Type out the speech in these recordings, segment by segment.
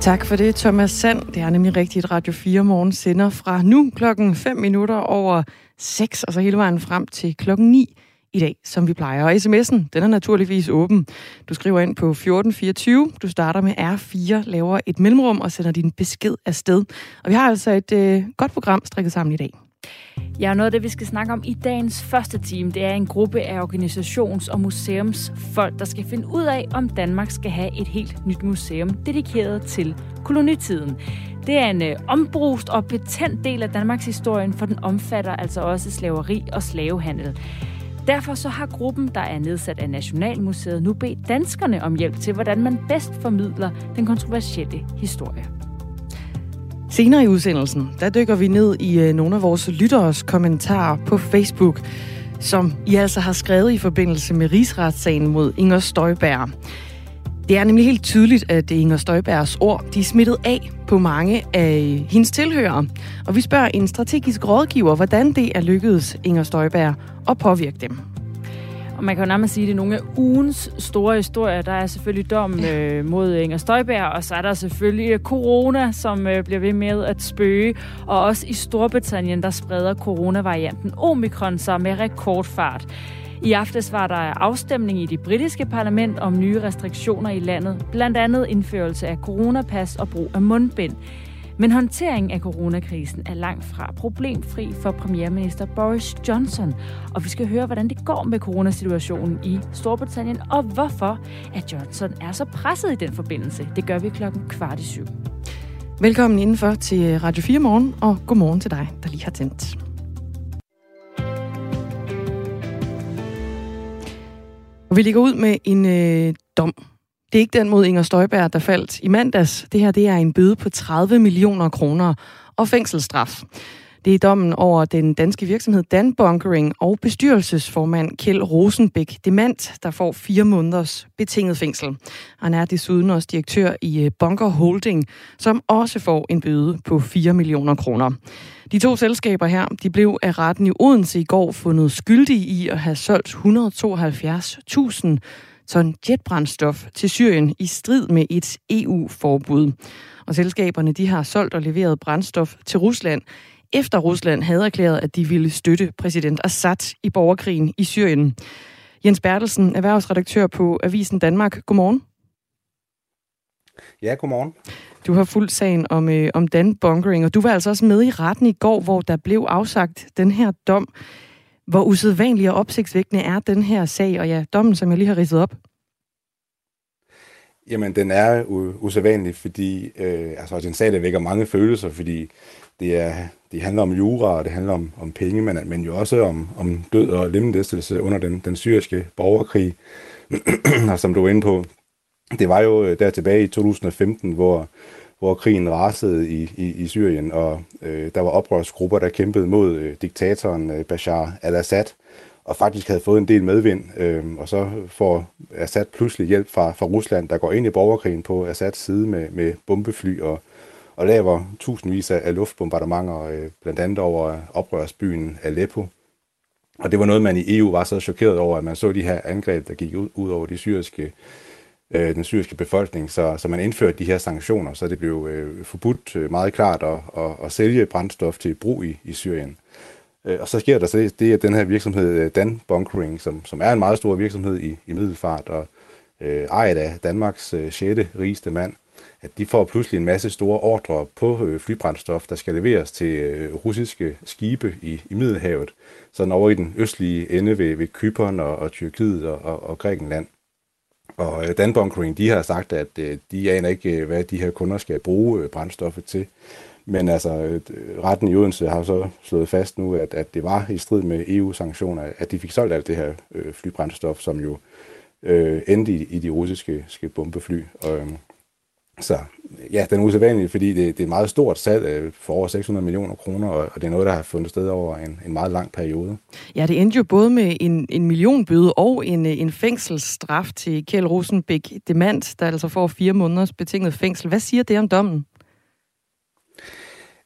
Tak for det, Thomas Sand. Det er nemlig rigtigt, Radio 4 Morgen sender fra nu 6:05, og så hele vejen frem til 9 i dag, som vi plejer. Og sms'en, den er naturligvis åben. Du skriver ind på 1424, du starter med R4, laver et mellemrum og sender din besked afsted. Og vi har altså et godt program strikket sammen i dag. Ja, noget af det, vi skal snakke om i dagens første time, det er en gruppe af organisations- og museumsfolk, der skal finde ud af, om Danmark skal have et helt nyt museum dedikeret til kolonitiden. Det er en ombrust og betændt del af Danmarks historien, for den omfatter altså også slaveri og slavehandel. Derfor så har gruppen, der er nedsat af Nationalmuseet, nu bedt danskerne om hjælp til, hvordan man bedst formidler den kontroversielle historie. Senere i udsendelsen, der dykker vi ned i nogle af vores lytteres kommentarer på Facebook, som I altså har skrevet i forbindelse med rigsretssagen mod Inger Støjberg. Det er nemlig helt tydeligt, at Inger Støjbergs ord, de er smittet af på mange af hendes tilhørere. Og vi spørger en strategisk rådgiver, hvordan det er lykkedes Inger Støjberg at påvirke dem. Og man kan jo nærmest sige, at det er nogle af ugens store historier. Der er selvfølgelig dom mod Inger Støjberg, og så er der selvfølgelig corona, som bliver ved med at spøge. Og også i Storbritannien, der spreder coronavarianten Omikron sig med rekordfart. I aftes var der afstemning i det britiske parlament om nye restriktioner i landet, blandt andet indførelse af coronapas og brug af mundbind. Men håndteringen af coronakrisen er langt fra problemfri for premierminister Boris Johnson. Og vi skal høre, hvordan det går med coronasituationen i Storbritannien, og hvorfor at Johnson er så presset i den forbindelse. Det gør vi 6:15. Velkommen indenfor til Radio 4 Morgen, og godmorgen til dig, der lige har tændt. Og vi ligger ud med en dom. Det er ikke den mod Inger Støjberg, der faldt i mandags. Det her, det er en bøde på 30 millioner kroner og fængselsstraf. Det er dommen over den danske virksomhed Dan Bunkering og bestyrelsesformand Kjeld Rosenbæk Demant, der får 4 måneders betinget fængsel. Han er desuden også direktør i Bunker Holding, som også får en bøde på 4 millioner kroner. De to selskaber her, de blev af retten i Odense i går fundet skyldige i at have solgt 172.000 ton jetbrændstof til Syrien i strid med et EU-forbud. Og selskaberne, de har solgt og leveret brændstof til Rusland, efter Rusland havde erklæret, at de ville støtte præsident Assad i borgerkrigen i Syrien. Jens Bertelsen, erhvervsredaktør på Avisen Danmark. Godmorgen. Ja, godmorgen. Du har fulgt sagen om Dan Bunkering, og du var altså også med i retten i går, hvor der blev afsagt den her dom. Hvor usædvanlig og opsigtsvækkende er den her sag, og ja, dommen, som jeg lige har ridset op? Jamen, den er usædvanlig, fordi det er en sag, der vækker mange følelser, fordi det handler om jura, og det handler om penge, men jo også om død og lemlæstelse under den syriske borgerkrig. Og som du var inde på, det var jo der tilbage i 2015, hvor krigen rasede i Syrien, og der var oprørsgrupper, der kæmpede mod diktatoren Bashar al-Assad, og faktisk havde fået en del medvind, og så får Assad pludselig hjælp fra Rusland, der går ind i borgerkrigen på Assads side med bombefly og laver tusindvis af luftbombardementer, blandt andet over oprørsbyen Aleppo. Og det var noget, man i EU var så chokeret over, at man så de her angreb, der gik ud over den syriske befolkning, så man indførte de her sanktioner, så det blev forbudt meget klart at sælge brændstof til brug i Syrien. Og så sker der så det, at den her virksomhed Dan Bunkering, som er en meget stor virksomhed i Middelfart og ejet af Danmarks 6. rigeste mand, at de får pludselig en masse store ordrer på flybrændstof, der skal leveres til russiske skibe i Middelhavet, sådan over i den østlige ende ved Cypern og Tyrkiet og Grækenland. Og Dan Bunkering, de har sagt, at de aner ikke, hvad de her kunder skal bruge brændstoffet til. Men altså, retten i Odense har så slået fast nu, at det var i strid med EU-sanktioner, at de fik solgt alt det her flybrændstof, som jo endte i de russiske bombefly. Så ja, den er usædvanlig, fordi det er et meget stort salg for over 600 millioner kroner, og det er noget, der har fundet sted over en meget lang periode. Ja, det endte jo både med en millionbøde og en fængselsstraf til Kjeld Rosenbæk Demant, der altså får 4 måneders betinget fængsel. Hvad siger det om dommen?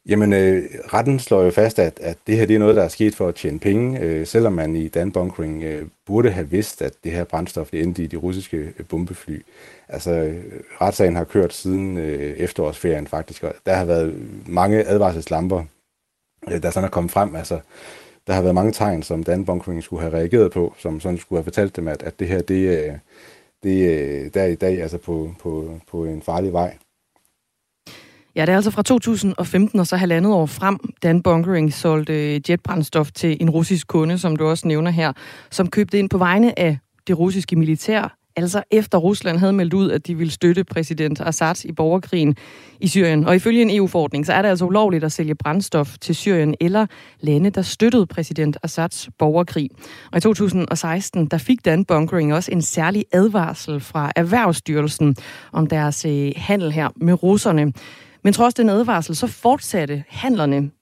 Jamen, retten slår jo fast, at det her det er noget, der er sket for at tjene penge, selvom man i Dan Bunkering burde have vidst, at det her brændstof det endte i de russiske bombefly. Altså, retssagen har kørt siden efterårsferien faktisk, og der har været mange advarselslamper, der sådan er kommet frem. Altså, der har været mange tegn, som Dan Bunkering skulle have reageret på, som sådan skulle have fortalt dem, at det her, det er i dag altså på en farlig vej. Ja, det er altså fra 2015 og så 1,5 år frem, Dan Bunkering solgte jetbrændstof til en russisk kunde, som du også nævner her, som købte ind på vegne af det russiske militær, altså efter Rusland havde meldt ud, at de ville støtte præsident Assad i borgerkrigen i Syrien. Og ifølge en EU-forordning, så er det altså ulovligt at sælge brændstof til Syrien eller lande, der støttede præsident Assads borgerkrig. Og i 2016, der fik Dan Bunkering også en særlig advarsel fra Erhvervsstyrelsen om deres handel her med russerne. Men trods den advarsel, så fortsatte handlerne.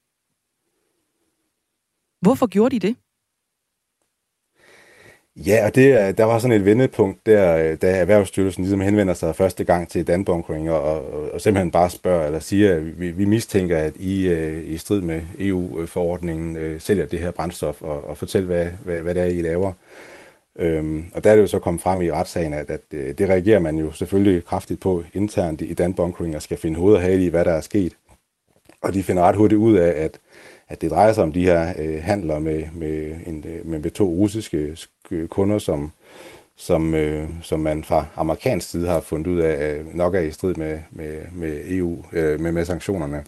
Hvorfor gjorde de det? Ja, og der var sådan et vendepunkt, da Erhvervsstyrelsen ligesom henvender sig første gang til Dan Bunkering og simpelthen bare spørger eller siger, at vi mistænker, at I strid med EU-forordningen sælger det her brændstof og fortæl, hvad det er, I laver. Og der er det jo så kommet frem i retssagen, at det reagerer man jo selvfølgelig kraftigt på internt i Dan Bunkering og skal finde hoved og hale i, hvad der er sket. Og de finder ret hurtigt ud af, at det drejer sig om de her handler med 2 russiske kunder, som man fra amerikansk side har fundet ud af nok er i strid med EU, med sanktionerne.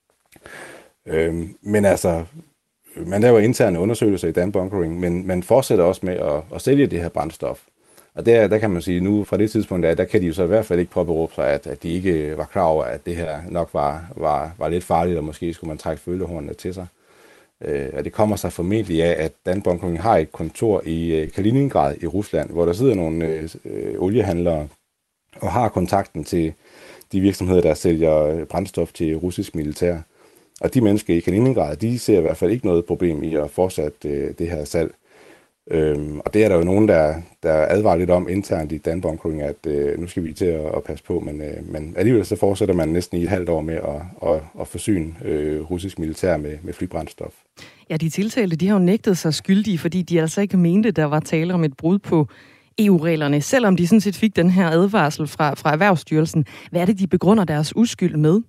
Men altså, man laver interne undersøgelser i Dan Bunkering, men man fortsætter også med at sælge det her brændstof. Og der kan man sige, nu fra det tidspunkt, der kan de jo så i hvert fald ikke påberåbe sig, at de ikke var klar over, at det her nok var lidt farligt, og måske skulle man trække følehornene til sig. Og det kommer sig formentlig af, at Dan Bunkering har et kontor i Kaliningrad i Rusland, hvor der sidder nogle oliehandlere og har kontakten til de virksomheder, der sælger brændstof til russisk militær. Og de mennesker i Kaliningrad, de ser i hvert fald ikke noget problem i at fortsætte det her salg. Og det er der jo nogen, der advarer lidt om internt i Dan Bunkering, at nu skal vi til at passe på, men alligevel så fortsætter man næsten i et halvt år med at forsyne russisk militær med flybrændstof. Ja, de tiltalte, de har jo nægtet sig skyldige, fordi de altså ikke mente, der var tale om et brud på EU-reglerne, selvom de sådan set fik den her advarsel fra Erhvervsstyrelsen. Hvad er det, de begrunder deres uskyld med?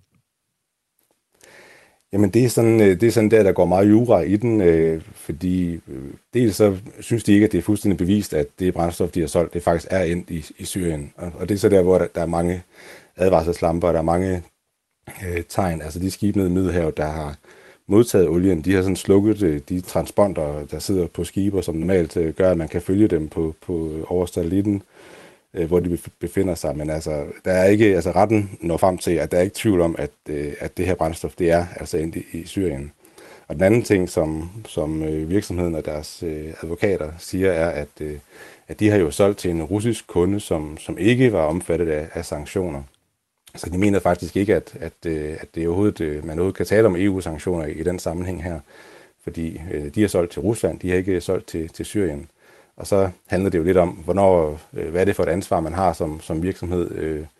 Jamen det er sådan der går meget jura i den, fordi dels så synes de ikke, at det er fuldstændig bevist, at det brændstof, de har solgt, det faktisk er endt i Syrien. Og det er så der, hvor der er mange advarselslamper, der er mange tegn. Altså de skibe nede i Middelhavet, der har modtaget olien, de har sådan slukket de transponder, der sidder på skibe, som normalt gør, at man kan følge dem over satellitten, hvor de befinder sig, men altså, der er ikke, altså retten når frem til, at der er ikke tvivl om, at det her brændstof, det er altså endt i Syrien. Og den anden ting, som virksomheden og deres advokater siger, er, at de har jo solgt til en russisk kunde, som ikke var omfattet af sanktioner. Så de mener faktisk ikke, at det overhovedet, man overhovedet kan tale om EU-sanktioner i den sammenhæng her, fordi de har solgt til Rusland, de har ikke solgt til Syrien. Og så handler det jo lidt om, hvad er det for et ansvar, man har som virksomhed.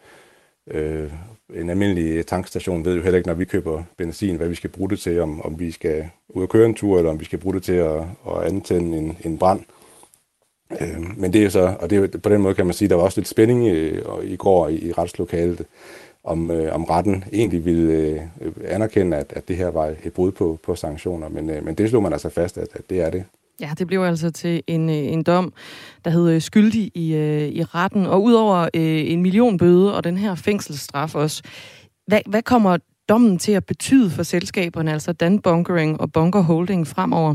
En almindelig tankstation ved jo heller ikke, når vi køber benzin, hvad vi skal bruge det til, om vi skal ud og køre en tur, eller om vi skal bruge det til at antænde en brand. Men det er jo så, og det er jo, på den måde kan man sige, der var også lidt spænding i går i retslokalet, om retten egentlig ville anerkende, at det her var et brud på sanktioner. Men det slog man altså fast, at det er det. Ja, det blev altså til en dom, der hed skyldig i retten. Og udover 1 million bøde og den her fængselsstraf også, hvad kommer dommen til at betyde for selskaberne, altså Dan Bunkering og Bunker Holding fremover?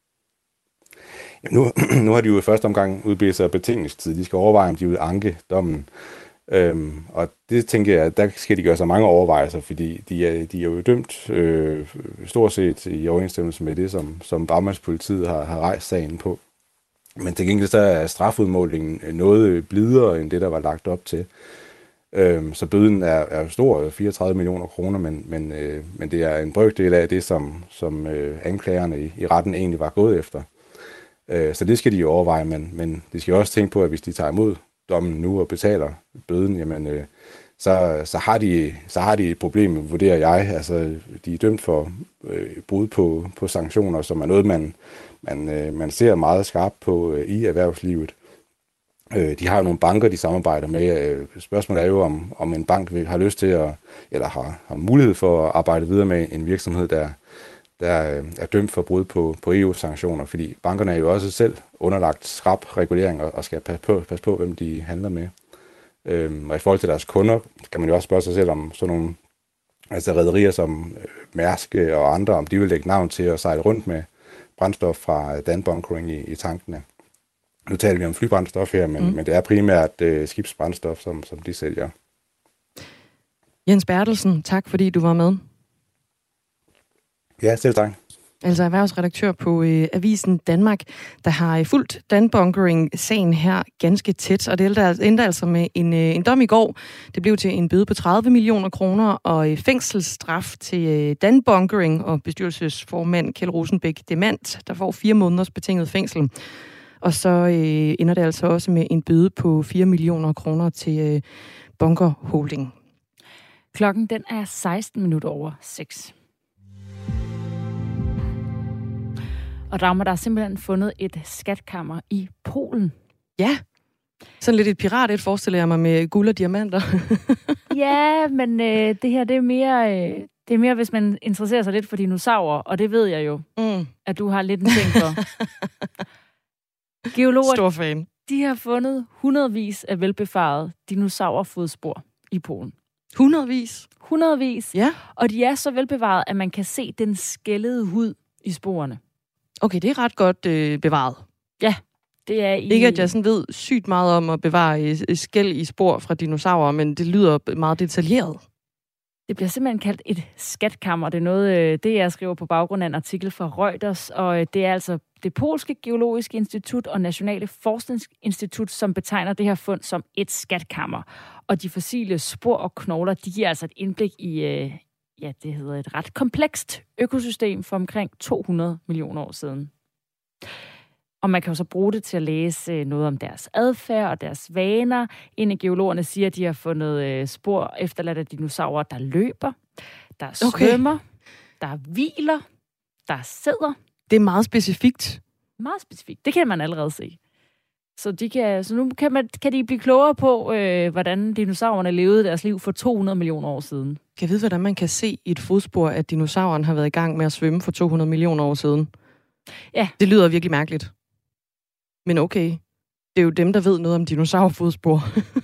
Nu har de jo i første omgang udbedt sig betingelsestid. De skal overveje, om de vil anke dommen. Og det tænker jeg, der skal de gøre sig mange overvejelser, fordi de er jo dømt stort set i overensstemmelse med det, som bagmandspolitiet har rejst sagen på. Men til gengæld så er strafudmålingen noget blidere end det, der var lagt op til. Så bøden er stor, 34 millioner kroner, men det er en brøkdel af det, som anklagerne i retten egentlig var gået efter. Så det skal de jo overveje, men de skal også tænke på, at hvis de tager imod dommen nu og betaler bøden, jamen, så har de et problem, vurderer jeg. Altså, de er dømt for brud på sanktioner, som er noget, man ser meget skarpt på i erhvervslivet. De har jo nogle banker, de samarbejder med. Spørgsmålet er jo, om en bank har lyst til eller har mulighed for at arbejde videre med en virksomhed, der er dømt for brud på EU-sanktioner, fordi bankerne er jo også selv underlagt skrap regulering og skal passe på, hvem de handler med. Og i forhold til deres kunder, kan man jo også spørge sig selv om sådan nogle rederier som Mærsk og andre, om de vil lægge navn til at sejle rundt med brændstof fra Dan-bunkering i tankene. Nu taler vi om flybrændstof her, men det er primært skibsbrændstof, som de sælger. Jens Bertelsen, tak fordi du var med. Ja, selv tak. Altså erhvervsredaktør på Avisen Danmark, der har fulgt Dan-bunkering-sagen her ganske tæt, og det endte altså med en dom i går. Det blev til en bøde på 30 millioner kroner og fængselsstraf til Dan-bunkering og bestyrelsesformand Kjeld Rosenbæk Demant, der får 4 måneders betinget fængsel. Og så ender det altså også med en bøde på 4 millioner kroner til Bunker Holding. Klokken den er 16 minutter over 6. Og der er simpelthen fundet et skatkammer i Polen. Ja, sådan lidt et pirat, forestiller jeg mig, med guld og diamanter. Ja, men det her, det er mere, hvis man interesserer sig lidt for dinosaurer, og det ved jeg jo, at du har lidt en ting for. Geologer, stor fan. De har fundet hundredvis af velbevarede dinosaurfodspor i Polen. Hundredvis? Hundredvis. Ja. Og de er så velbevaret, at man kan se den skællede hud i sporene. Okay, det er ret godt bevaret. Ja, det er Ikke at jeg sådan ved sygt meget om at bevare skæl i spor fra dinosaurer, men det lyder meget detaljeret. Det bliver simpelthen kaldt et skatkammer. Det er noget, det jeg skriver på baggrund af en artikel fra Reuters, og det er altså det polske geologiske institut og nationale forskningsinstitut, som betegner det her fund som et skatkammer. Og de fossile spor og knogler, de giver altså et indblik i, det hedder et ret komplekst økosystem for omkring 200 millioner år siden. Og man kan jo så bruge det til at læse noget om deres adfærd og deres vaner. En af geologerne siger, at de har fundet spor efterladt af dinosaurer, der løber, der svømmer, der hviler, der sidder. Det er meget specifikt. Meget specifikt. Det kan man allerede se. Så nu kan de blive klogere på, hvordan dinosaurerne levede deres liv for 200 millioner år siden. Kan jeg vide, hvordan man kan se i et fodspor, at dinosauren har været i gang med at svømme for 200 millioner år siden? Ja. Det lyder virkelig mærkeligt. Men okay, det er jo dem, der ved noget om dinosaurfodspor.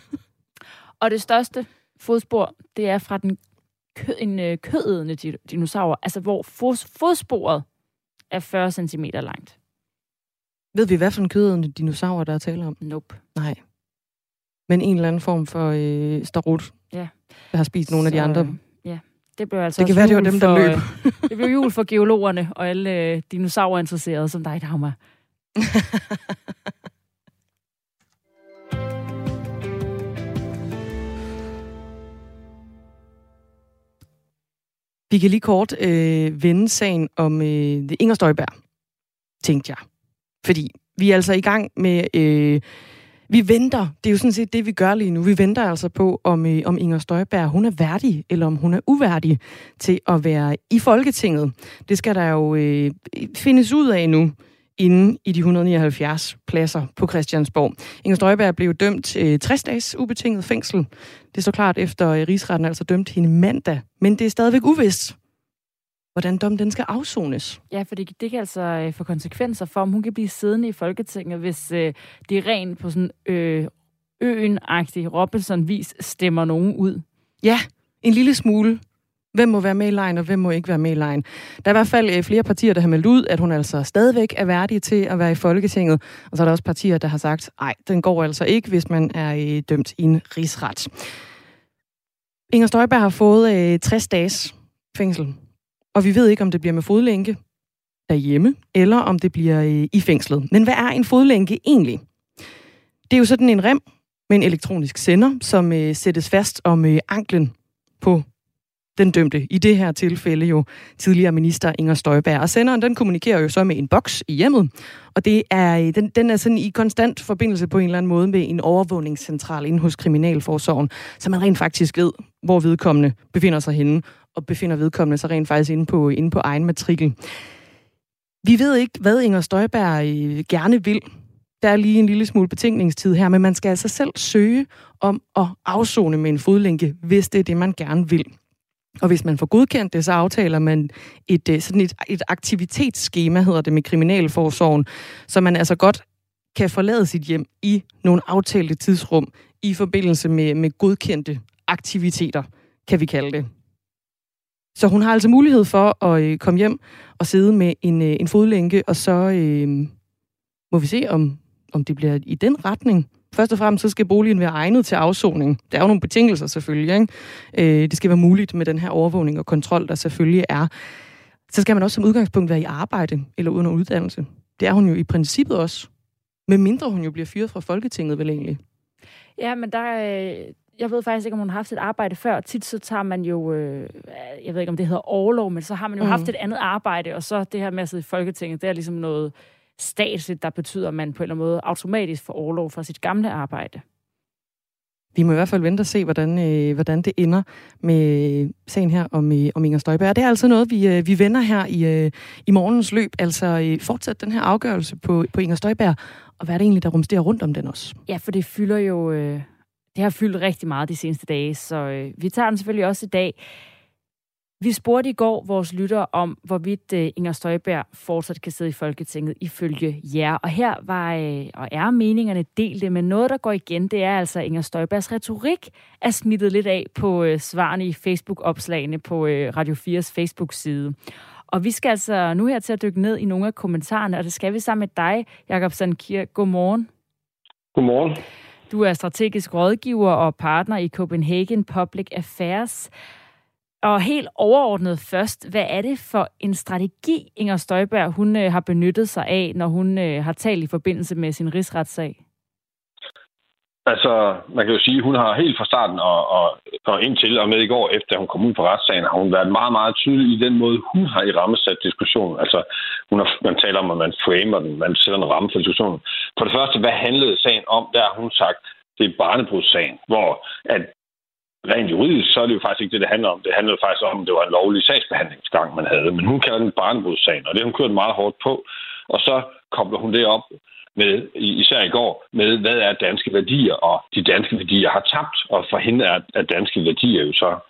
Og det største fodspor, det er fra en kødædende dinosaur, altså hvor fodsporet er 40 cm langt. Ved vi, hvad for en kødædende dinosaur, der er tale om? Nope. Nej. Men en eller anden form for starut, ja, der har spist nogle af de andre. Ja, det blev altså det kan være, det var dem, der løb. Det blev jul for geologerne og alle dinosaurinteresserede som dig, Dagmar. Vi kan lige kort vende sagen om Inger Støjberg, tænkte jeg. Fordi vi er altså i gang med... vi venter, det er jo sådan set det, vi gør lige nu. Vi venter altså på, om Inger Støjberg, hun er værdig, eller om hun er uværdig til at være i Folketinget. Det skal der jo findes ud af nu, inde i de 179 pladser på Christiansborg. Inger Støjberg blev dømt 60 dages ubetinget fængsel. Det står klart efter Rigsretten altså dømt hende mandag. Men det er stadigvæk uvist, hvordan dommen den skal afsones. Ja, for det kan altså få konsekvenser for, om hun kan blive siddende i Folketinget, hvis det er rent på sådan øen-agtig Robinson-vis stemmer nogen ud. Ja, en lille smule. Hvem må være med i lejen, og hvem må ikke være med i lejen. Der er i hvert fald flere partier, der har meldt ud, at hun altså stadigvæk er værdig til at være i Folketinget. Og så er der også partier, der har sagt, nej, den går altså ikke, hvis man er dømt i en rigsret. Inger Støjberg har fået 60 dages fængsel. Og vi ved ikke, om det bliver med fodlænke derhjemme, eller om det bliver i fængslet. Men hvad er en fodlænke egentlig? Det er jo sådan en rem med en elektronisk sender, som sættes fast om anklen på den dømte. I det her tilfælde jo tidligere minister Inger Støjberg. Og senderen, den kommunikerer jo så med en boks i hjemmet, og den er sådan i konstant forbindelse på en eller anden måde med en overvågningscentral inde hos Kriminalforsorgen, så man rent faktisk ved, hvor vedkommende befinder sig henne, og befinder vedkommende sig rent faktisk inde på egen matrikel. Vi ved ikke, hvad Inger Støjberg gerne vil. Der er lige en lille smule betænkningstid her, men man skal altså selv søge om at afsone med en fodlænke, hvis det er det, man gerne vil. Og hvis man får godkendt det, så aftaler man et aktivitetsskema, hedder det, med Kriminalforsorgen, så man altså godt kan forlade sit hjem i nogle aftalte tidsrum i forbindelse med godkendte aktiviteter, kan vi kalde det. Så hun har altså mulighed for at komme hjem og sidde med en fodlænke, og så må vi se, om det bliver i den retning. Først og fremmest så skal boligen være egnet til afsoning. Der er jo nogle betingelser selvfølgelig, ikke? Det skal være muligt med den her overvågning og kontrol, der selvfølgelig er. Så skal man også som udgangspunkt være i arbejde eller under uddannelse. Det er hun jo i princippet også. Med mindre hun jo bliver fyret fra Folketinget vel egentlig. Ja, men jeg ved faktisk ikke, om hun har haft et arbejde før. Tit så tager man jo, jeg ved ikke, om det hedder orlov, men så har man jo haft et andet arbejde, og så det her med at sidde i Folketinget, det er ligesom noget statsligt, der betyder, at man på en eller anden måde automatisk får orlov fra sit gamle arbejde. Vi må i hvert fald vente og se, hvordan det ender med sagen her om Inger Støjberg. Det er altså noget, vi vender her i morgens løb. Altså fortsat den her afgørelse på Inger Støjberg, og hvad er det egentlig, der rumsterer rundt om den også? Ja, for det fylder jo... det har fyldt rigtig meget de seneste dage, så vi tager den selvfølgelig også i dag. Vi spurgte i går vores lyttere om, hvorvidt Inger Støjberg fortsat kan sidde i Folketinget ifølge jer. Og her er meningerne delte, men noget, der går igen, det er altså Inger Støjbergs retorik er smittet lidt af på svarene i Facebook-opslagene på Radio 4's Facebook-side. Og vi skal altså nu her til at dykke ned i nogle af kommentarerne, og det skal vi sammen med dig, Jakob Sandkirk. Godmorgen. Godmorgen. Du er strategisk rådgiver og partner i Copenhagen Public Affairs. Og helt overordnet først, hvad er det for en strategi, Inger Støjberg hun har benyttet sig af, når hun har talt i forbindelse med sin rigsretssag? Altså, man kan jo sige, at hun har helt fra starten og indtil og med i går, efter hun kom ud på retssagen, har hun været meget, meget tydelig i den måde, hun har i rammesat diskussionen. Altså, man taler om, at man framer den, man sætter en ramme for diskussionen. For det første, hvad handlede sagen om? Der har hun sagt, det er barnebrudssagen, hvor at rent juridisk, så er det jo faktisk ikke det, det handler om. Det handler jo faktisk om, at det var en lovlig sagsbehandlingsgang, man havde. Men hun kalder den barnebrudssagen, og det har hun kørt meget hårdt på. Og så kobler hun det op med, især i går, med, hvad er danske værdier, og de danske værdier har tabt. Og for hende er danske værdier jo så,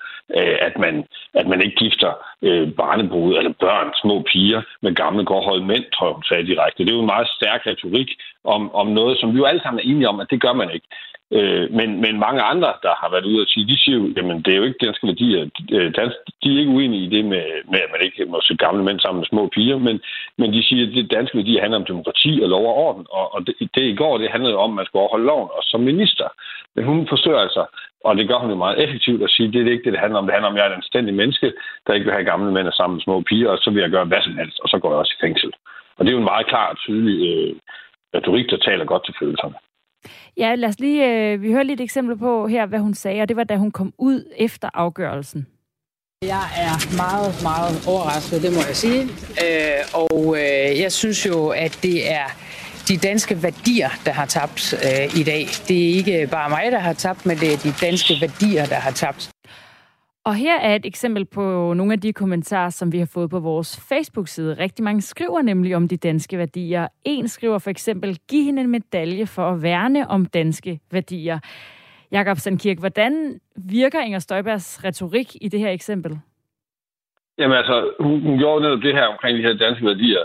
at man ikke gifter barnebrud eller børn, små piger med gamle gårdhøje mænd, tror jeg, hun sagde direkte. Det er jo en meget stærk retorik om noget, som vi jo alle sammen er enige om, at det gør man ikke. Men mange andre, der har været ude og sige, de siger jo, jamen det er jo ikke danske værdier. De er ikke uenige i det med at man ikke må se gamle mænd sammen med små piger, men de siger, at det danske værdier handler om demokrati og lov og orden. Og det i går, det handlede om, at man skulle overholde loven, og som minister. Men hun forsøger altså, og det gør hun jo meget effektivt at sige, det er ikke det handler om. Det handler om, at jeg er en anstændig menneske, der ikke vil have gamle mænd sammen med små piger, og så vil jeg gøre hvad som helst, og så går jeg også i fængsel. Og det er jo en meget klar og tydelig retorik, der taler godt til følelserne. Ja, lad os lige... vi hører lidt eksempler på her, hvad hun sagde, og det var, da hun kom ud efter afgørelsen. Jeg er meget, meget overrasket, det må jeg sige. Jeg synes jo, at det er de danske værdier, der har tabt i dag. Det er ikke bare mig, der har tabt, men det er de danske værdier, der har tabt. Og her er et eksempel på nogle af de kommentarer, som vi har fået på vores Facebook-side. Rigtig mange skriver nemlig om de danske værdier. En skriver for eksempel, giv hende en medalje for at værne om danske værdier. Jakob Sandkirk, hvordan virker Inger Støjbergs retorik i det her eksempel? Jamen altså, hun gjorde netop det her omkring de her danske værdier,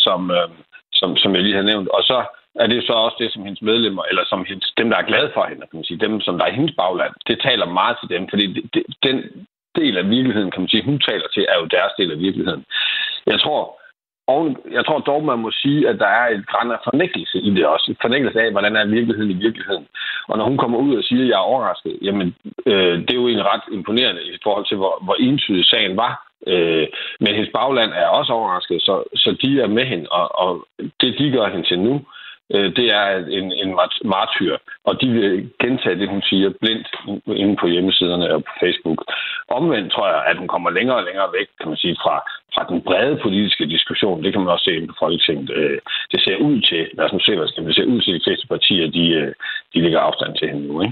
som jeg lige har nævnt. Og så er det så også det, som hendes medlemmer, eller som dem, der er glade for hende, kan man sige, dem, som der er i hendes bagland, det taler meget til dem, fordi den del af virkeligheden, kan man sige, hun taler til, er jo deres del af virkeligheden. Jeg tror dog, man må sige, at der er et græn af fornægtelse i det også. Fornægtelse af, hvordan er virkeligheden i virkeligheden. Og når hun kommer ud og siger, at jeg er overrasket, jamen, det er jo egentlig ret imponerende i forhold til, hvor entydig sagen var. Men hendes bagland er også overrasket, så de er med hende, og det de gør hende til nu, det er en martyr, og de vil gentage det, hun siger, blindt inde på hjemmesiderne og på Facebook. Omvendt tror jeg, at hun kommer længere og længere væk, kan man sige, fra den brede politiske diskussion. Det kan man også se inde på Folketinget. Det ser ud til, lad os nu se, hvad det ser ud til, de fleste partier, de lægger afstand til hende nu, ikke?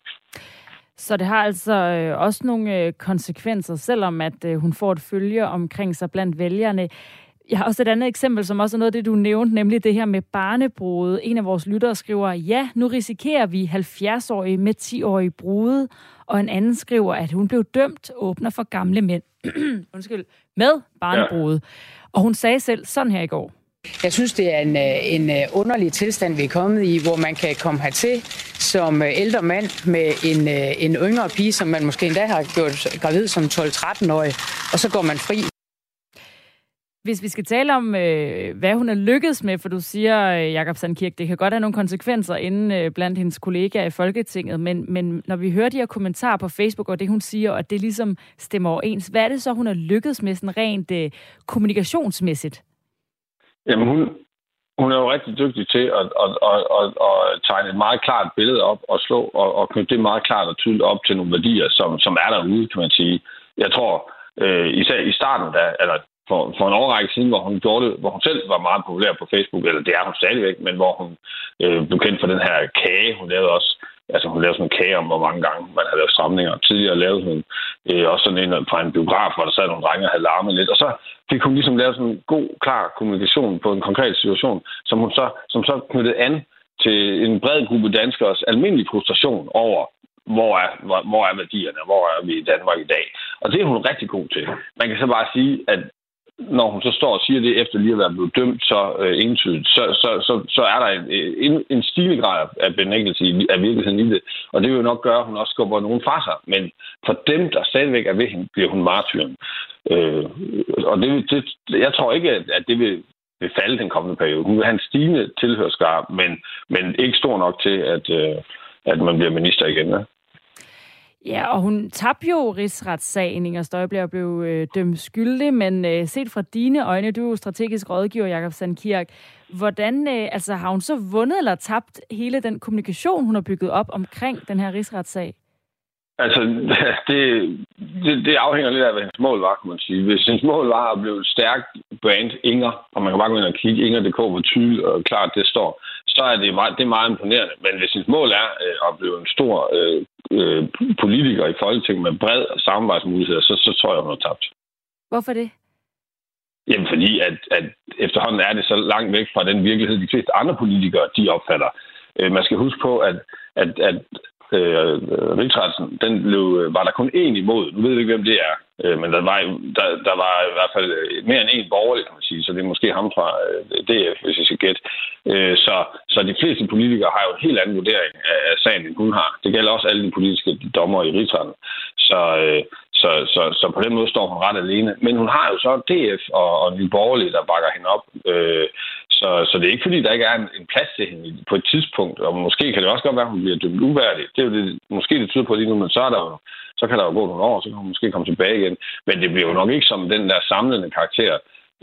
Så det har altså også nogle konsekvenser, selvom at hun får et følge omkring sig blandt vælgerne. Jeg har også et andet eksempel, som også er noget af det, du nævnte, nemlig det her med barnebrude. En af vores lyttere skriver, ja, nu risikerer vi 70-årige med 10-årige brude. Og en anden skriver, at hun blev dømt, åbner for gamle mænd. Med barnebrude. Ja. Og hun sagde selv sådan her i går. Jeg synes, det er en underlig tilstand, vi er kommet i, hvor man kan komme hertil som ældre mand med en yngre pige, som man måske endda har gjort gravid som 12-13-årig, og så går man fri. Hvis vi skal tale om, hvad hun er lykkedes med, for du siger, Jakob Sandkirk, det kan godt have nogle konsekvenser inden blandt hendes kollegaer i Folketinget, men når vi hører de her kommentarer på Facebook, og det hun siger, og det ligesom stemmer overens, hvad er det så, hun er lykkedes med sådan rent kommunikationsmæssigt? Jamen, hun er jo rigtig dygtig til at tegne et meget klart billede op og slå og knytte det meget klart og tydeligt op til nogle værdier, som er derude, kan man sige. Jeg tror, især i starten, eller for en årrække siden, hvor hun selv var meget populær på Facebook, eller det er hun stadigvæk, men hvor hun blev kendt for den her kage. Hun lavede også, hun lavede sådan en kage om, hvor mange gange man havde lavet stramninger. Tidligere lavede hun også sådan en fra en biograf, hvor der sad nogle drenge og havde larmet lidt. Og så fik hun ligesom lavet sådan en god, klar kommunikation på en konkret situation, som så knyttede an til en bred gruppe danskers almindelige frustration over, hvor er værdierne, hvor er vi i Danmark i dag. Og det er hun rigtig god til. Man kan så bare sige, at når hun så står og siger det, efter lige at være blevet dømt så entydigt, så er der en stigende grad af benægtelse af virkeligheden i det. Og det vil jo nok gøre, at hun også skubber nogen fra sig. Men for dem, der stadigvæk er ved hende, bliver hun martyren. Og jeg tror ikke, at det vil falde den kommende periode. Hun vil have en stigende tilhørsskare, men ikke stor nok til, at man bliver minister igen. Ja. Ja, og hun tabte jo rigsretssagen. Inger Støjberg blev dømt skyldig, men set fra dine øjne, du er jo strategisk rådgiver, Jakob Sandkirk. Hvordan har hun så vundet eller tabt hele den kommunikation, hun har bygget op omkring den her rigsretssag? Altså, det afhænger lidt af, hvad hendes mål var, kan man sige. Hvis hendes mål var at blive et stærkt brand, Inger, og man kan bare gå ind og kigge Inger.dk, hvor tydeligt og klart det står, så er det er meget imponerende. Men hvis hendes mål er at blive en stor politiker i Folketinget med bred samarbejdsmuligheder, så tror jeg, hun har tabt. Hvorfor det? Jamen, fordi at efterhånden er det så langt væk fra den virkelighed, de fleste andre politikere, de opfatter. Man skal huske på, at rigsretsen, var der kun én imod. Nu ved jeg ikke, hvem det er. Men der var i hvert fald mere end én borgerlig, kan man sige. Så det er måske ham fra DF, hvis jeg skal gætte. Så de fleste politikere har jo en helt anden vurdering af sagen, end hun har. Det gælder også alle de politiske dommer i rigsretten. Så på den måde står hun ret alene. Men hun har jo så DF og Nye Borgerlige, der bakker hende op. Så det er ikke fordi, der ikke er en plads til hende på et tidspunkt. Og måske kan det også godt være, at hun bliver dømt uværdig. Det er jo det, måske det tyder på lige nu, men så kan der jo gå nogle år, så kan hun måske komme tilbage igen. Men det bliver jo nok ikke som den der samlende karakter,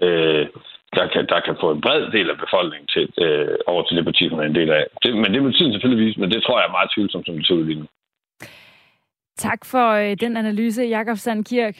der kan få en bred del af befolkningen over til det parti, hun er en del af. Men det vil tiden selvfølgelig vise, men det tror jeg er meget tvivlsomt, som det ser ud lige nu. Tak for den analyse, Jakob Sandkirk.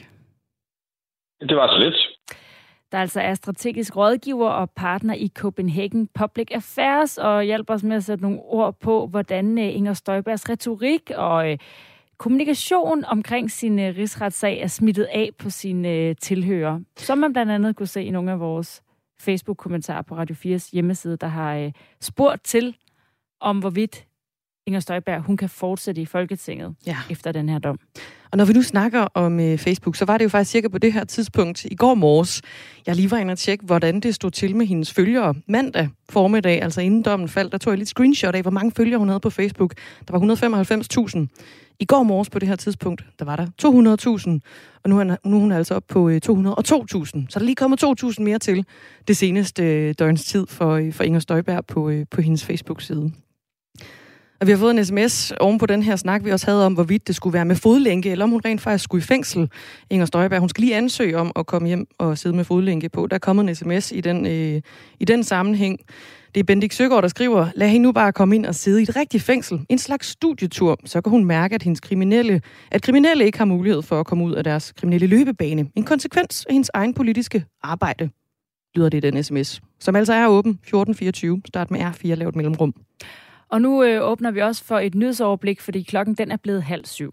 Det var så lidt. Der altså er strategisk rådgiver og partner i Copenhagen Public Affairs, og hjælper os med at sætte nogle ord på, hvordan Inger Støjbergs retorik og kommunikation omkring sin rigsretssag er smittet af på sine tilhører. Som man blandt andet kunne se i nogle af vores Facebook-kommentarer på Radio 4's hjemmeside, der har spurgt til, om hvorvidt Inger Støjberg, hun kan fortsætte i Folketinget efter den her dom. Og når vi nu snakker om Facebook, så var det jo faktisk cirka på det her tidspunkt i går morges, jeg lige var inde og tjekke, hvordan det stod til med hendes følgere mandag formiddag, altså inden dommen faldt. Der tog jeg lidt screenshot af, hvor mange følgere hun havde på Facebook. Der var 195.000. I går morges på det her tidspunkt, der var der 200.000, og nu er hun altså op på 202.000. Så der er lige kommet 2.000 mere til det seneste døgns tid for Inger Støjberg på hendes Facebook-side. Og vi har fået en sms oven på den her snak, vi også havde om, hvorvidt det skulle være med fodlænke, eller om hun rent faktisk skulle i fængsel. Inger Støjberg, hun skal lige ansøge om at komme hjem og sidde med fodlænke på. Der er kommet en sms i den sammenhæng. Det er Bendik Søgaard, der skriver, lad hende nu bare komme ind og sidde i et rigtigt fængsel. En slags studietur. Så kan hun mærke, at kriminelle ikke har mulighed for at komme ud af deres kriminelle løbebane. En konsekvens af hendes egen politiske arbejde, lyder det i den sms. Som altså er åben 1424. Start med R4, lav et mellemrum. Og nu åbner vi også for et nyhedsoverblik, fordi klokken den er blevet 6:30.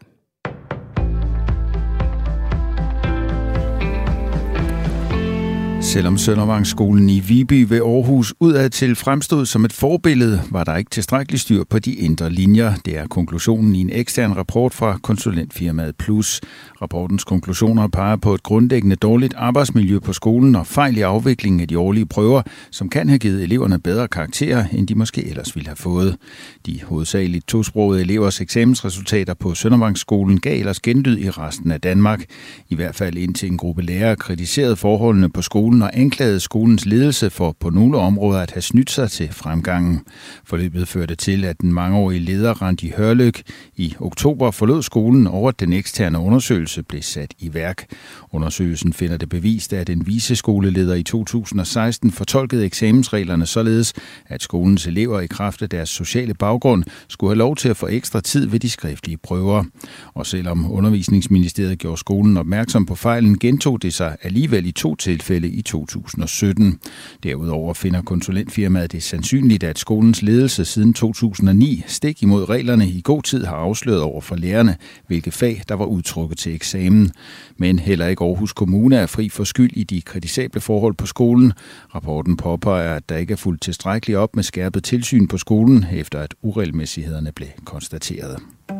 Selvom Søndervangsskolen i Viby ved Aarhus udadtil fremstod som et forbillede, var der ikke tilstrækkeligt styr på de indre linjer. Det er konklusionen i en ekstern rapport fra konsulentfirmaet Plus. Rapportens konklusioner peger på et grundlæggende dårligt arbejdsmiljø på skolen og fejl i afviklingen af de årlige prøver, som kan have givet eleverne bedre karakterer, end de måske ellers ville have fået. De hovedsageligt tosprogede elevers eksamensresultater på Søndervangsskolen gav ellers genlyd i resten af Danmark. I hvert fald indtil en gruppe lærere kritiserede forholdene på skolen og anklagede skolens ledelse for på nogle områder at have snydt sig til fremgangen. Forløbet førte til, at den mangeårige leder Randi Hørlyk i oktober forlod skolen over, at den eksterne undersøgelse blev sat i værk. Undersøgelsen finder det bevist, at en viceskoleleder i 2016 fortolkede eksamensreglerne således, at skolens elever i kraft af deres sociale baggrund skulle have lov til at få ekstra tid ved de skriftlige prøver. Og selvom Undervisningsministeriet gjorde skolen opmærksom på fejlen, gentog det sig alligevel i 2 tilfælde i 2017. Derudover finder konsulentfirmaet det sandsynligt, at skolens ledelse siden 2009 stik imod reglerne i god tid har afsløret over for lærerne, hvilke fag der var udtrukket til eksamen. Men heller ikke Aarhus Kommune er fri for skyld i de kritisable forhold på skolen. Rapporten påpeger, at der ikke er fulgt tilstrækkeligt op med skærpet tilsyn på skolen, efter at uregelmæssighederne blev konstateret.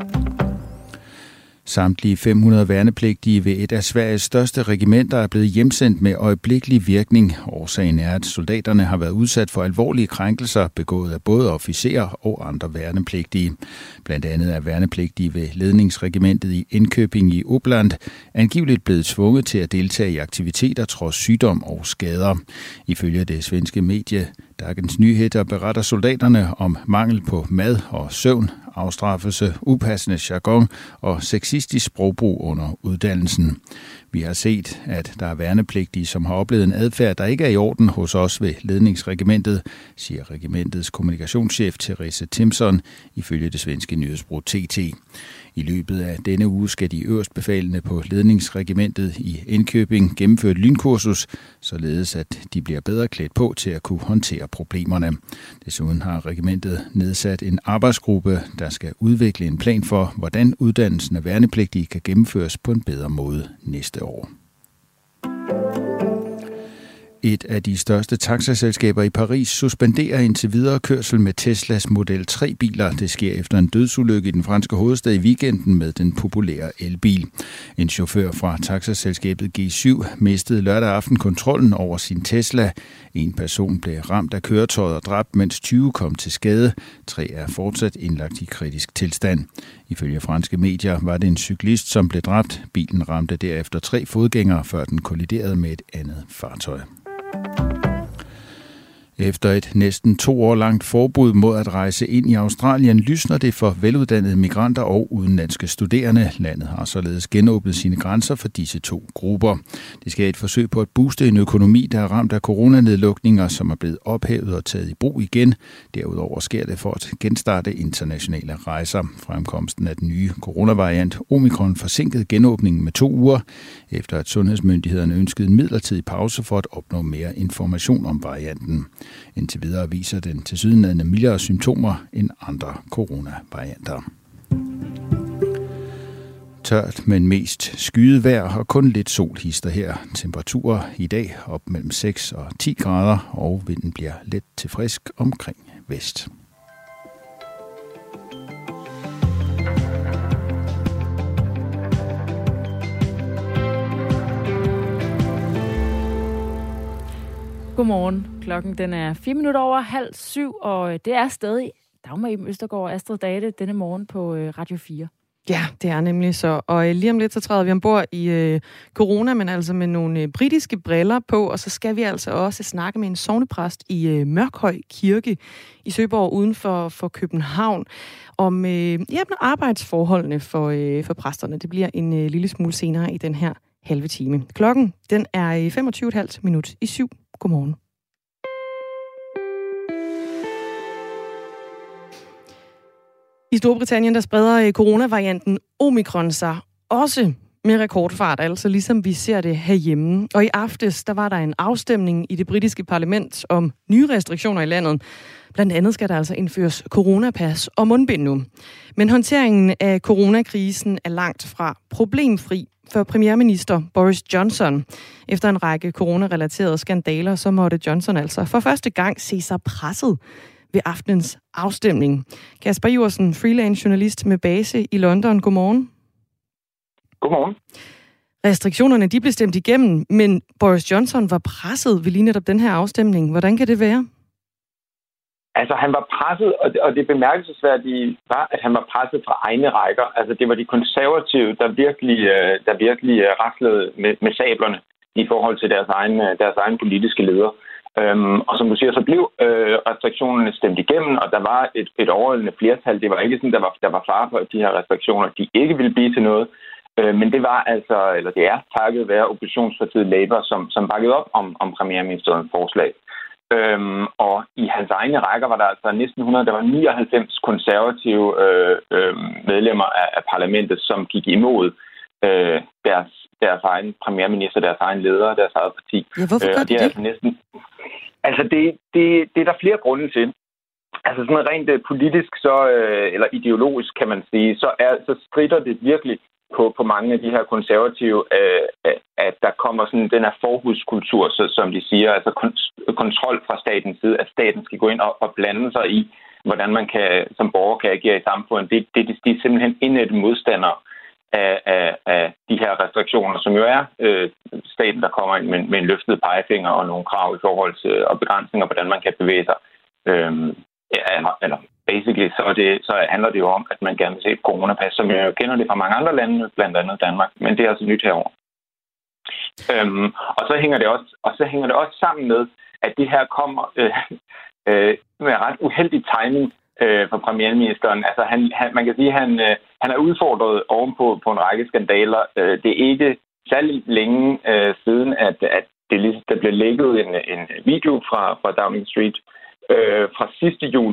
Samtlige 500 værnepligtige ved et af Sveriges største regimenter er blevet hjemsendt med øjeblikkelig virkning. Årsagen er, at soldaterne har været udsat for alvorlige krænkelser, begået af både officerer og andre værnepligtige. Blandt andet er værnepligtige ved ledningsregimentet i Enköping i Uppland angiveligt blevet tvunget til at deltage i aktiviteter trods sygdom og skader. Ifølge det svenske medie Dagens Nyheder beretter soldaterne om mangel på mad og søvn, afstraffelse, upassende jargon og sexistisk sprogbrug under uddannelsen. Vi har set, at der er værnepligtige, som har oplevet en adfærd, der ikke er i orden hos os ved ledningsregimentet, siger regimentets kommunikationschef Therese Timson ifølge det svenske nyhedsbureau TT. I løbet af denne uge skal de øverstbefalende på ledningsregimentet i Enköping gennemføre et lynkursus, således at de bliver bedre klædt på til at kunne håndtere problemerne. Desuden har regimentet nedsat en arbejdsgruppe, der skal udvikle en plan for, hvordan uddannelsen af værnepligtige kan gennemføres på en bedre måde næste år. Et af de største taxaselskaber i Paris suspenderer indtil videre kørsel med Teslas Model 3-biler. Det sker efter en dødsulykke i den franske hovedstad i weekenden med den populære elbil. En chauffør fra taxaselskabet G7 mistede lørdag aften kontrollen over sin Tesla. En person blev ramt af køretøjet og dræbt, mens 20 kom til skade. 3 er fortsat indlagt i kritisk tilstand. Ifølge franske medier var det en cyklist, som blev dræbt. Bilen ramte derefter 3 fodgængere, før den kolliderede med et andet fartøj. Efter et næsten 2 år langt forbud mod at rejse ind i Australien, lysner det for veluddannede migranter og udenlandske studerende. Landet har således genåbnet sine grænser for disse 2 grupper. Det sker et forsøg på at booste en økonomi, der er ramt af coronanedlukninger, som er blevet ophævet og taget i brug igen. Derudover sker det for at genstarte internationale rejser. Fremkomsten af den nye coronavariant Omikron forsinkede genåbningen med 2 uger, efter at sundhedsmyndighederne ønskede en midlertidig pause for at opnå mere information om varianten. Indtil videre viser den tilsyneladende mildere symptomer end andre coronavarianter. Tørt, men mest skyet vejr og kun lidt sol hister her. Temperaturer i dag op mellem 6 og 10 grader, og vinden bliver let til frisk omkring vest. Godmorgen. Klokken den er 6:04, og det er stadig Dagmar Iben Østergaard og Astrid Date denne morgen på Radio 4. Ja, det er nemlig så. Og lige om lidt, så træder vi ombord i corona, men altså med nogle britiske briller på, og så skal vi altså også snakke med en sognepræst i Mørkhøj Kirke i Søborg uden for København om arbejdsforholdene for præsterne. Det bliver en lille smule senere i den her halve time. Klokken, den er 25,5 minut i 7. Godmorgen. I Storbritannien, der spreder coronavarianten Omikron sig også med rekordfart, altså ligesom vi ser det herhjemme. Og i aftes, der var der en afstemning i det britiske parlament om nye restriktioner i landet. Blandt andet skal der altså indføres coronapas og mundbind nu. Men håndteringen af coronakrisen er langt fra problemfri for premierminister Boris Johnson. Efter en række coronarelaterede skandaler, så måtte Johnson altså for første gang se sig presset ved aftenens afstemning. Kasper Iversen, freelance journalist med base i London. Godmorgen. Godmorgen. Restriktionerne de blev stemt igennem, men Boris Johnson var presset ved lige netop den her afstemning. Hvordan kan det være? Altså, han var presset, og det bemærkelsesværdige var, at han var presset fra egne rækker. Altså, det var de konservative, der virkelig raslede med sablerne i forhold til deres egen politiske leder. Og som du siger, så blev restriktionerne stemt igennem, og der var et overvældende flertal. Det var ikke sådan, der var fare for, at de her restriktioner de ikke ville blive til noget. Men det var altså, eller det er takket være oppositionspartiet Labour, som bakkede op om premierministerens forslag. Og i hans egne rækker var der altså næsten 100, der var 99 konservative medlemmer af parlamentet, som gik imod deres egen premierminister, deres egen leder, deres eget parti. Ja, hvorfor gør det er altså næsten... Altså, det er der flere grunde til. Altså sådan rent politisk, eller ideologisk, kan man sige, så stritter det virkelig på mange af de her konservative, at der kommer sådan den her forbudskultur, som de siger, altså kontrol fra statens side, at staten skal gå ind og blande sig i, hvordan man som borger kan agere i samfundet. De er simpelthen indædte modstandere af de her restriktioner, som jo er staten, der kommer ind med en løftet pegefinger og nogle krav i forhold til og begrænsninger, hvordan man kan bevæge sig. Eller basically, så handler det jo om, at man gerne vil se et coronapas, som jeg kender det fra mange andre lande, blandt andet Danmark, men det er altså nyt herovre. Og så hænger det også sammen med, at det her kommer med ret uheldig timing for premierministeren. Altså man kan sige, at han er udfordret ovenpå en række skandaler. Det er ikke særlig længe siden, at der blev lækket en video fra Downing Street fra sidste jul,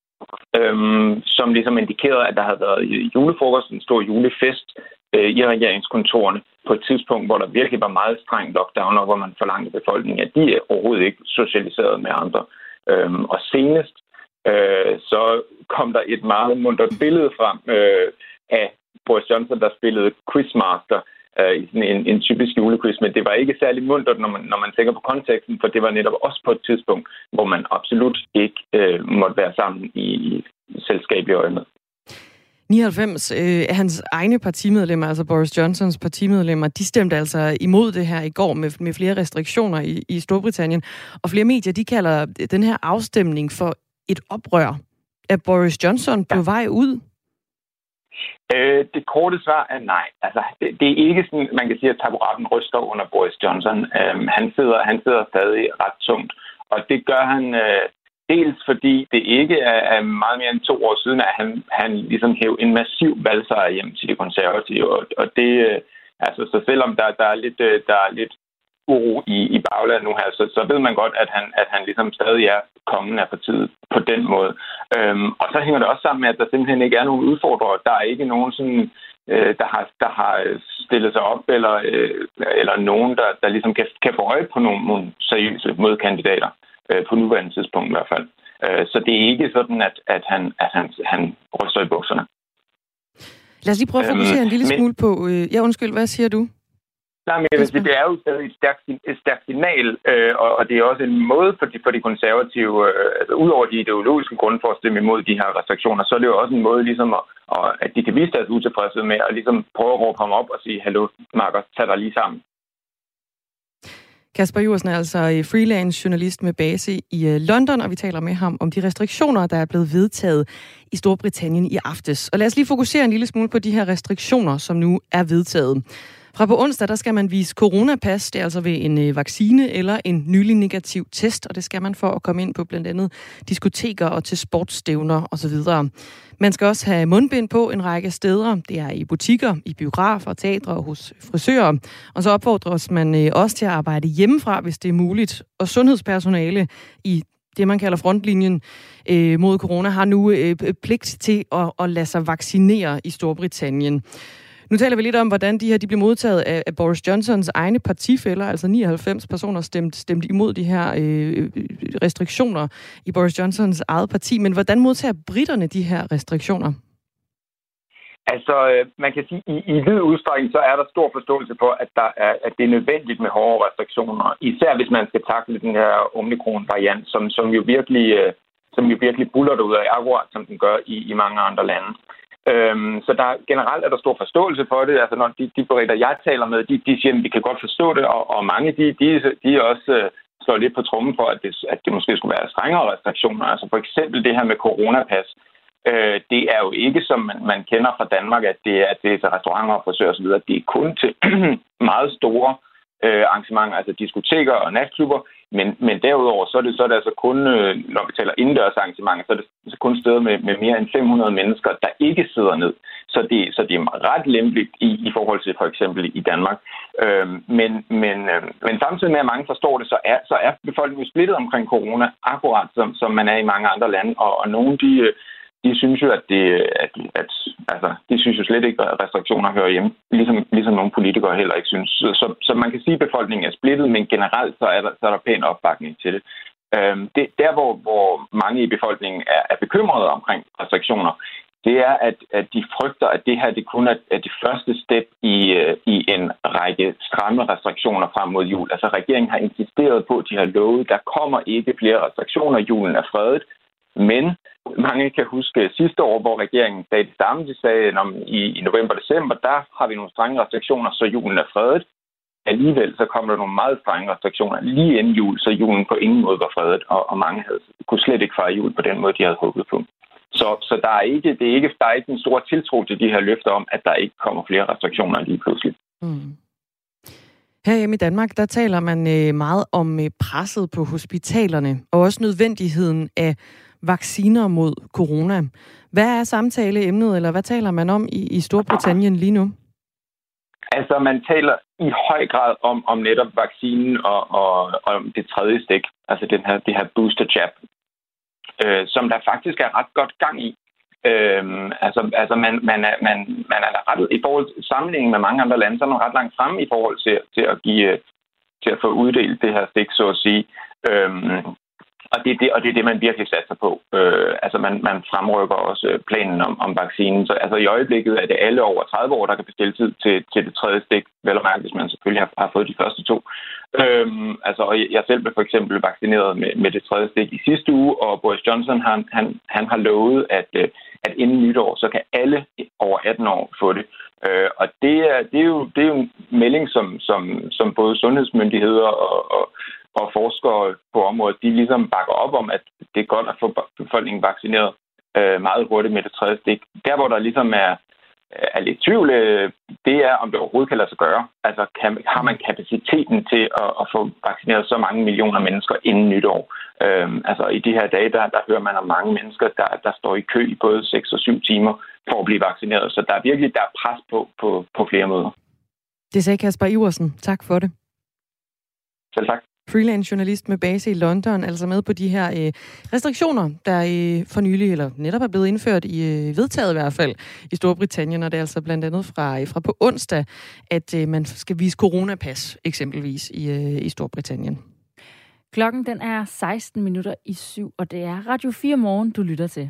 som ligesom indikerede, at der havde været julefrokost, en stor julefest i regeringskontorene på et tidspunkt, hvor der virkelig var meget streng lockdown, og hvor man forlangte befolkningen, at de overhovedet ikke socialiseret med andre. Og senest så kom der et meget muntert billede frem af Boris Johnson, der spillede quizmaster i sådan en typisk julequiz, men det var ikke særlig muntert, når man tænker på konteksten, for det var netop også på et tidspunkt, hvor man absolut ikke måtte være sammen i selskabelige øjemed. 99 af hans egne partimedlemmer, altså Boris Johnsons partimedlemmer, de stemte altså imod det her i går med flere restriktioner i Storbritannien. Og flere medier, de kalder den her afstemning for et oprør. Er Boris Johnson på vej ud? Det korte svar er nej. Altså, det er ikke sådan, man kan sige, at taburetten ryster under Boris Johnson. Han sidder stadig ret tungt. Og det gør han dels fordi det ikke er meget mere end 2 år siden, at han ligesom hævde en massiv valgsejr hjem til de konservative. Og det, altså, så selvom der er lidt uro i baglandet nu her, så ved man godt, at han ligesom stadig er kongen af partiet på den måde. Og så hænger det også sammen med, at der simpelthen ikke er nogen udfordrere. Der er ikke nogen sådan, der har stillet sig op, eller nogen, der ligesom kan få øje på nogle seriøse modkandidater på nuværende tidspunkt i hvert fald. Så det er ikke sådan, at han ryster i bukserne. Lad os lige prøve at fokusere en lille smule på... Ja, undskyld, hvad siger du? Nej, men det er jo stadig et stærkt signal, og det er også en måde for de konservative, altså udover de ideologiske grunde for at stemme imod de her restriktioner, så er det jo også en måde ligesom, at de kan vise deres utilfredshed med at ligesom prøve at råbe ham op og sige, hallo, Marcus, tag dig lige sammen. Kasper Iversen er altså freelance journalist med base i London, og vi taler med ham om de restriktioner, der er blevet vedtaget i Storbritannien i aftes. Og lad os lige fokusere en lille smule på de her restriktioner, som nu er vedtaget. Fra på onsdag, der skal man vise coronapas, det er altså ved en vaccine eller en nylig negativ test, og det skal man for at komme ind på blandt andet diskoteker og til sportsstævner osv. Man skal også have mundbind på en række steder. Det er i butikker, i biografer, teatre og hos frisører. Og så opfordres man også til at arbejde hjemmefra, hvis det er muligt. Og sundhedspersonale i det man kalder frontlinjen mod corona, har nu pligt til at lade sig vaccinere i Storbritannien. Nu taler vi lidt om, hvordan de bliver modtaget af Boris Johnsons egne partifæller, altså 99 personer stemte imod de her restriktioner i Boris Johnsons eget parti. Men hvordan modtager britterne de her restriktioner? Altså, man kan sige, i vid udstrækning, så er der stor forståelse for, at det er nødvendigt med hårde restriktioner. Især hvis man skal takle den her Omicron-variant, som jo virkelig buller ud af akkurat, som den gør i mange andre lande. Så generelt er der stor forståelse for det. Altså, når de britter, jeg taler med, de siger, at vi kan godt forstå det, og mange de også slår lidt på trommen for, at det måske skulle være strengere restriktioner. Altså for eksempel det her med coronapas. Det er jo ikke, som man kender fra Danmark, at det er til restauranter og frisører osv. Det er kun til meget store arrangementer, altså diskoteker og natklubber. Men derudover, så er det altså kun, når vi taler indendørs arrangementer, så er det kun steder med mere end 500 mennesker, der ikke sidder ned. Så det er ret lempeligt i forhold til for eksempel i Danmark. Men samtidig med, at mange forstår det, så er befolkningen splittet omkring corona, akkurat som man er i mange andre lande. Og nogle, de synes jo, de synes jo slet ikke, at restriktioner hører hjemme, ligesom nogle politikere heller ikke synes. Så man kan sige, at befolkningen er splittet, men generelt så er der pæn opbakning til det. Der, hvor mange i befolkningen er bekymrede omkring restriktioner, det er, at de frygter, at det her det kun er det første step i en række stramme restriktioner frem mod jul. Altså regeringen har insisteret på, at de har lovet, der kommer ikke flere restriktioner, julen er fredet. Men mange kan huske sidste år, hvor regeringen sagde det samme. De sagde, at i november-december, der har vi nogle strenge restriktioner, så julen er fredet. Alligevel så kommer der nogle meget strenge restriktioner lige inden jul, så julen på ingen måde var fredet, og mange kunne slet ikke fejre jul på den måde, de havde håbet på. Så der er ikke en stor tiltro til de her løfter om, at der ikke kommer flere restriktioner lige pludselig. Mm. Herhjemme i Danmark, der taler man meget om presset på hospitalerne, og også nødvendigheden af vacciner mod corona. Hvad er samtaleemnet, eller hvad taler man om i Storbritannien lige nu? Altså, man taler i høj grad om netop vaccinen og det tredje stik, altså det her booster jab, som der faktisk er ret godt gang i. Man er ret i forhold til sammenligning med mange andre lande, så er man ret langt fremme i forhold til at få uddelt det her stik, så at sige. Og det er det, man virkelig satser på. Man fremrykker også planen om vaccinen. Så altså i øjeblikket er det alle over 30 år, der kan bestille tid til det tredje stik, vel og mærke, hvis man selvfølgelig har fået de første 2. Og jeg selv blev for eksempel vaccineret med det tredje stik i sidste uge, og Boris Johnson han har lovet, at inden nytår, så kan alle over 18 år få det. Og det er jo en melding, som både sundhedsmyndigheder og forskere på området, de ligesom bakker op om, at det er godt at få befolkningen vaccineret meget hurtigt med det tredje stik. Der, hvor der ligesom er lidt tvivl, det er, om det overhovedet kan lade sig gøre. Altså, har man kapaciteten til at få vaccineret så mange millioner mennesker inden nytår? I de her dage, der hører man om mange mennesker, der står i kø i både 6 og 7 timer for at blive vaccineret. Så der er pres på flere måder. Det sagde Kasper Iversen. Tak for det. Selv tak. Freelance journalist med base i London, altså med på de her restriktioner, der for nylig, eller netop er blevet indført vedtaget i hvert fald, i Storbritannien, og det er altså blandt andet fra på onsdag, at man skal vise coronapas, eksempelvis i Storbritannien. Klokken den er 7:16, og det er Radio 4 Morgen, du lytter til.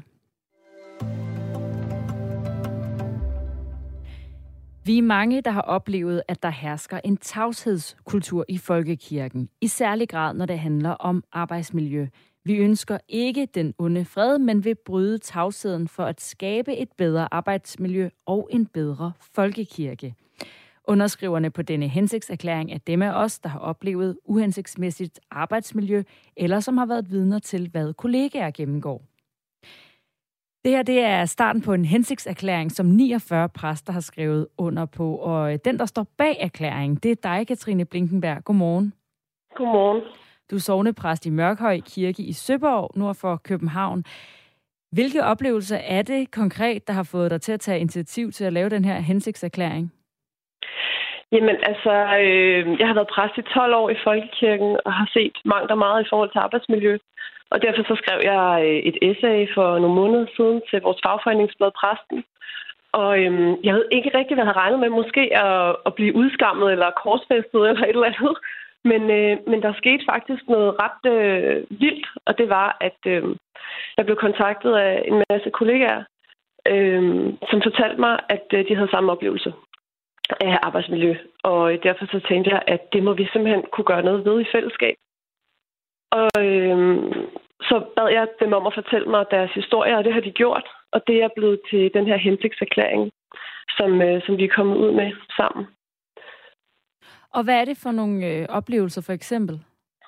Vi er mange, der har oplevet, at der hersker en tavshedskultur i folkekirken, i særlig grad, når det handler om arbejdsmiljø. Vi ønsker ikke den onde fred, men vil bryde tavsheden for at skabe et bedre arbejdsmiljø og en bedre folkekirke. Underskriverne på denne hensigtserklæring er dem af os, der har oplevet uhensigtsmæssigt arbejdsmiljø, eller som har været vidner til, hvad kollegaer gennemgår. Det her, det er starten på en hensigtserklæring, som 49 præster har skrevet under på. Og den, der står bag erklæringen, det er dig, Katrine Blinkenberg. Godmorgen. Godmorgen. Du er sognepræst i Mørkhøj Kirke i Søborg, nord for København. Hvilke oplevelser er det konkret, der har fået dig til at tage initiativ til at lave den her hensigtserklæring? Jamen altså, jeg har været præst i 12 år i folkekirken og har set mangt og meget i forhold til arbejdsmiljø. Og derfor så skrev jeg et essay for nogle måneder siden til vores fagforeningsblad Præsten. Og jeg ved ikke rigtig, hvad jeg havde regnet med, måske at blive udskammet eller korsfæstet eller et eller andet. Men der skete faktisk noget ret vildt, og det var, at jeg blev kontaktet af en masse kollegaer, som fortalte mig, at de havde samme oplevelse af arbejdsmiljø. Og derfor så tænkte jeg, at det må vi simpelthen kunne gøre noget ved i fællesskab. Og så bad jeg dem om at fortælle mig deres historier, og det har de gjort. Og det er blevet til den her hensigtserklæring, som vi er kommet ud med sammen. Og hvad er det for nogle oplevelser, for eksempel?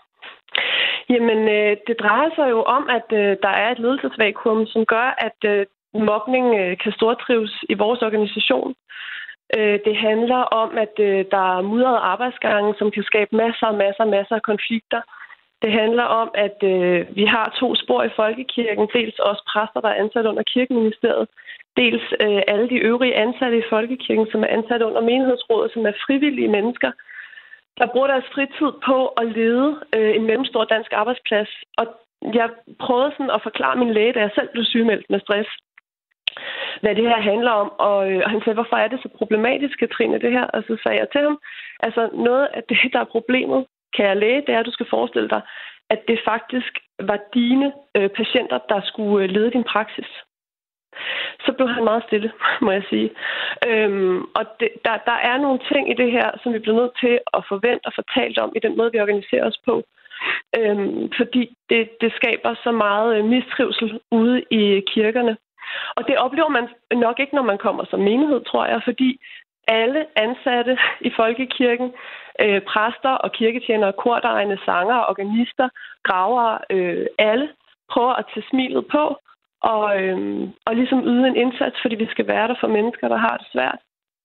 Jamen, det drejer sig jo om, at der er et ledelsesvakuum, som gør, at mobning kan stortrives i vores organisation. Det handler om, at der er mudrede arbejdsgange, som kan skabe masser af konflikter. Det handler om, at vi har 2 spor i folkekirken. Dels også præster, der er ansat under kirkeministeriet. Dels alle de øvrige ansatte i folkekirken, som er ansat under menighedsrådet, som er frivillige mennesker, der bruger deres fritid på at lede en mellemstor dansk arbejdsplads. Og jeg prøvede sådan at forklare min læge, da jeg selv blev sygemeldt med stress, hvad det her handler om. Og han sagde, hvorfor er det så problematisk, Katrine, det her? Og så sagde jeg til ham, altså noget af det, der er problemet, kære læge, det er, at du skal forestille dig, at det faktisk var dine patienter, der skulle lede din praksis. Så blev han meget stille, må jeg sige. Og der er nogle ting i det her, som vi bliver nødt til at forvente og fortalt om i den måde, vi organiserer os på. Fordi det skaber så meget mistrivsel ude i kirkerne. Og det oplever man nok ikke, når man kommer som menighed, tror jeg, fordi alle ansatte i folkekirken, præster og kirketjenere, kordegene, sangere, organister, gravere, alle prøver at tage smilet på og ligesom yde en indsats, fordi vi skal være der for mennesker, der har det svært.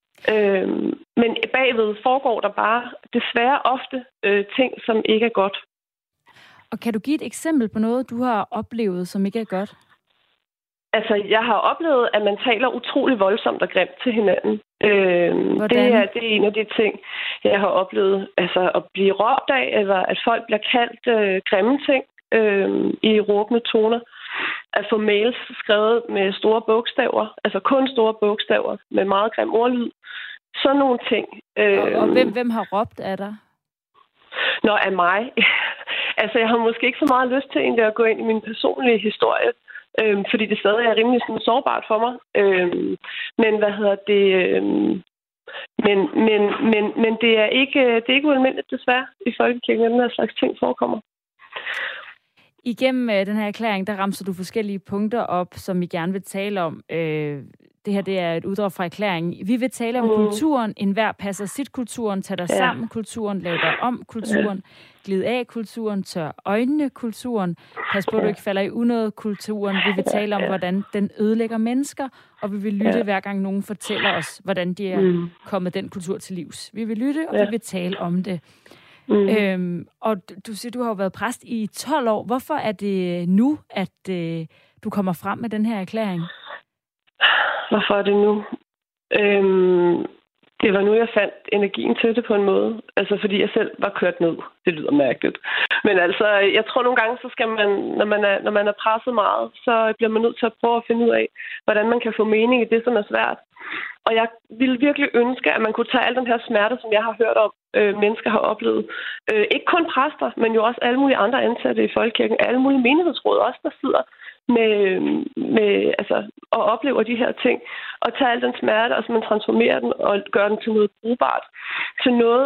Men bagved foregår der bare desværre ofte ting, som ikke er godt. Og kan du give et eksempel på noget, du har oplevet, som ikke er godt? Altså, jeg har oplevet, at man taler utrolig voldsomt og grimt til hinanden. Det er en af de ting, jeg har oplevet. Altså, at blive råbt af, eller at folk bliver kaldt grimme ting i råbende toner. At få mails skrevet med store bogstaver, altså kun store bogstaver, med meget grim ordlyd. Sådan nogle ting. Og hvem har råbt af dig? Nå, af mig. Altså, jeg har måske ikke så meget lyst til egentlig at gå ind i min personlige historie. Fordi det stadig er rimelig sådan sårbart for mig. Men Men det er ikke ualmindeligt desværre i folkekirken, at den her slags ting forekommer. Igennem den her erklæring, der ramser du forskellige punkter op, som vi gerne vil tale om. Det her, det er et uddrag fra erklæringen. Vi vil tale om kulturen. Enhver passer sit kulturen. Tag dig sammen kulturen. Lav dig om kulturen. Glid af kulturen. Tør øjnene kulturen. Pas på, at du ikke falder i unødet kulturen. Vi vil tale om, hvordan den ødelægger mennesker. Og vi vil lytte, hver gang nogen fortæller os, hvordan de er kommet den kultur til livs. Vi vil lytte, og vi vil tale om det. Og du siger, du har jo været præst i 12 år. Hvorfor er det nu, at du kommer frem med den her erklæring? Hvorfor er det nu? Det var nu, jeg fandt energien til det på en måde. Altså, fordi jeg selv var kørt ned. Det lyder mærkeligt. Men altså, jeg tror nogle gange, så skal man, når man er presset meget, så bliver man nødt til at prøve at finde ud af, hvordan man kan få mening i det, som er svært. Og jeg ville virkelig ønske, at man kunne tage al den her smerte, som jeg har hørt om, mennesker har oplevet. Ikke kun præster, men jo også alle mulige andre ansatte i folkekirken. Alle mulige menighedsråd også, der sidder og oplever de her ting, og tager al den smerte, og så man transformerer den, og gør den til noget brugbart. Til noget,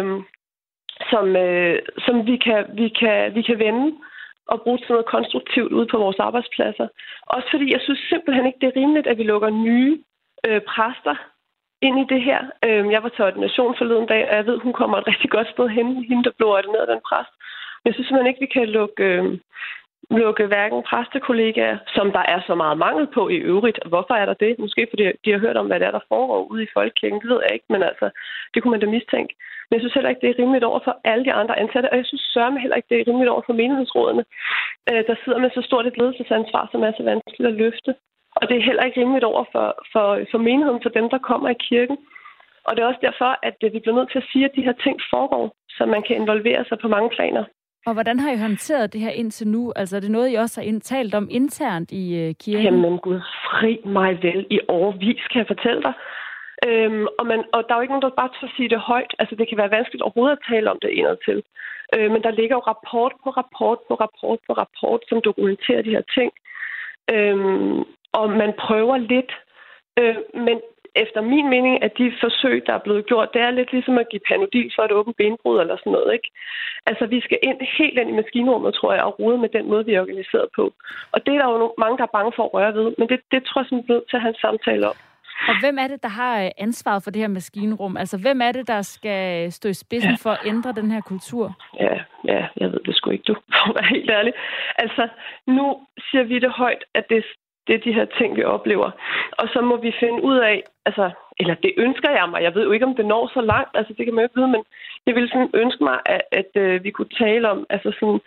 som vi kan vende, og bruge til noget konstruktivt ude på vores arbejdspladser. Også fordi jeg synes simpelthen ikke, det er rimeligt, at vi lukker nye præster ind i det her. Jeg var til ordination forleden dag, og jeg ved, hun kommer et rigtig godt sted hen, hende der blev ordineret, den præst. Jeg synes simpelthen ikke, vi kan lukke hverken præstekollegaer, som der er så meget mangel på i øvrigt. Hvorfor er der det? Måske fordi de har hørt om, hvad det er, der foregår ude i folkekirken. Det ved jeg ikke, men altså, det kunne man da mistænke. Men jeg synes heller ikke, det er rimeligt over for alle de andre ansatte, og jeg synes sørme heller ikke, det er rimeligt over for menighedsrådene, der sidder med så stort et ledelsesansvar, som er så vanskeligt at løfte. Og det er heller ikke rimeligt over for menigheden, for dem, der kommer i kirken. Og det er også derfor, at vi bliver nødt til at sige, at de her ting foregår, så man kan involvere sig på mange planer. Og hvordan har I håndteret det her indtil nu? Altså er det noget, I også har talt om internt i kirken? Jamen gud, fri mig vel i årevis, kan jeg fortælle dig. Og der er jo ikke nogen, der bare tør sige det højt. Altså det kan være vanskeligt overhovedet at tale om det indadtil. Men der ligger jo rapport på rapport på rapport på rapport, som dokumenterer de her ting. Og man prøver lidt, men efter min mening, at de forsøg, der er blevet gjort, det er lidt ligesom at give Panodil for et åbent benbrud eller sådan noget, ikke? Altså, vi skal helt ind i maskinrummet, tror jeg, og rode med den måde, vi er organiseret på. Og det er der jo mange, der er bange for at røre ved, men det tror jeg simpelthen bliver til at have en samtale om. Og hvem er det, der har ansvaret for det her maskinrum? Altså, hvem er det, der skal stå i spidsen for at ændre den her kultur? Ja, jeg ved det sgu ikke, du. For at være helt ærlig. Altså, nu siger vi det højt, at det er de her ting, vi oplever. Og så må vi finde ud af, altså, eller det ønsker jeg mig. Jeg ved jo ikke, om det når så langt. Altså, det kan man jo ikke vide, men jeg ville sådan ønske mig, at vi kunne tale om, altså sådan,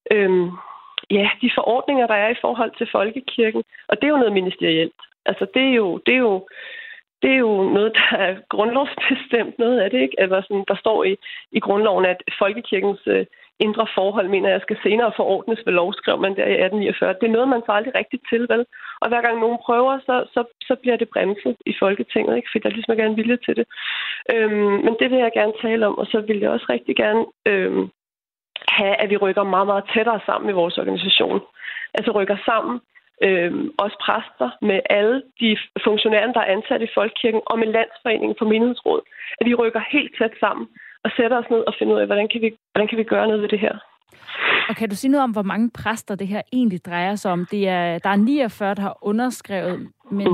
de forordninger, der er i forhold til folkekirken. Og det er jo noget ministerielt. Altså, det er jo noget, der er grundlovsbestemt noget af det, ikke? Eller sådan, der står i grundloven, at folkekirkens indre forhold, mener jeg, skal senere forordnes ved lov, skrev man der i 1849. Det er noget, man får aldrig rigtigt til, vel? Og hver gang nogen prøver, så bliver det bremset i Folketinget, ikke? Fordi der ligesom gerne vilje til det. Men det vil jeg gerne tale om, og så vil jeg også rigtig gerne have, at vi rykker meget, meget tættere sammen i vores organisation. Altså rykker sammen, også præster, med alle de funktionærer, der er ansat i Folkekirken, og med Landsforeningen for Menighedsråd. At vi rykker helt tæt sammen og sætter os ned og finder ud af, hvordan kan vi gøre noget ved det her. Og kan du sige noget om, hvor mange præster det her egentlig drejer sig om? Der er 49, der har underskrevet, men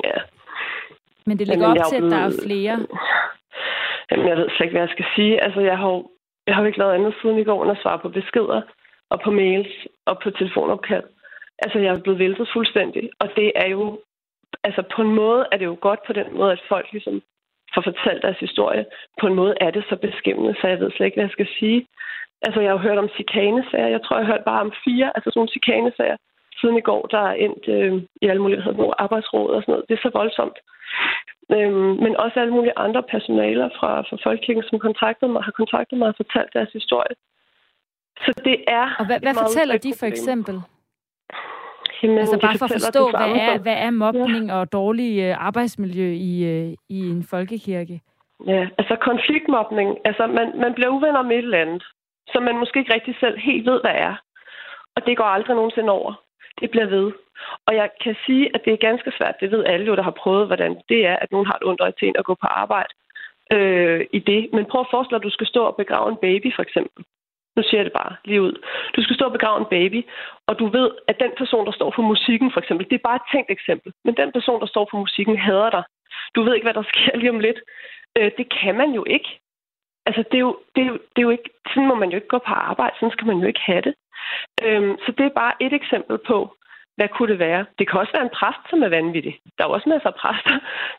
det ligger op til, at der er flere. Jamen, jeg ved slet ikke, hvad jeg skal sige. Altså, jeg har jo ikke lavet andet siden i går, end at svare på beskeder og på mails og på telefonopkald. Altså, jeg er blevet væltet fuldstændig. Og det er jo, altså på en måde er det jo godt på den måde, at folk ligesom får fortalt deres historie. På en måde er det så beskæmmende, så jeg ved slet ikke, hvad jeg skal sige. Altså, jeg har jo hørt om chikanesager. Jeg tror, jeg har hørt bare om 4, altså sådan nogle chikanesager siden i går, der er endt i alle mulige arbejdsråd og sådan noget. Det er så voldsomt. Men også alle mulige andre personaler fra Folkekirken, som har kontaktet mig og fortalt deres historie. Så det er... Og hvad fortæller de for eksempel? Jamen, altså bare for at forstå, hvad er mobning og dårlig arbejdsmiljø i en folkekirke? Ja, altså konfliktmobning. Altså man bliver uvenner med et eller andet, som man måske ikke rigtig selv helt ved, hvad er. Og det går aldrig nogensinde over. Det bliver ved. Og jeg kan sige, at det er ganske svært. Det ved alle jo, der har prøvet, hvordan det er, at nogen har et ondt øje til at gå på arbejde i det. Men prøv at forestille dig, at du skal stå og begrave en baby, for eksempel. Nu siger jeg det bare lige ud. Du skal stå og begrave en baby, og du ved, at den person, der står for musikken, for eksempel, det er bare et tænkt eksempel, men den person, der står for musikken, hader dig. Du ved ikke, hvad der sker lige om lidt. Det kan man jo ikke. Altså, det er jo ikke... Sådan må man jo ikke gå på arbejde. Sådan skal man jo ikke have det. Så det er bare et eksempel på, hvad kunne det være. Det kan også være en præst, som er vanvittig. Der er også masser af præster,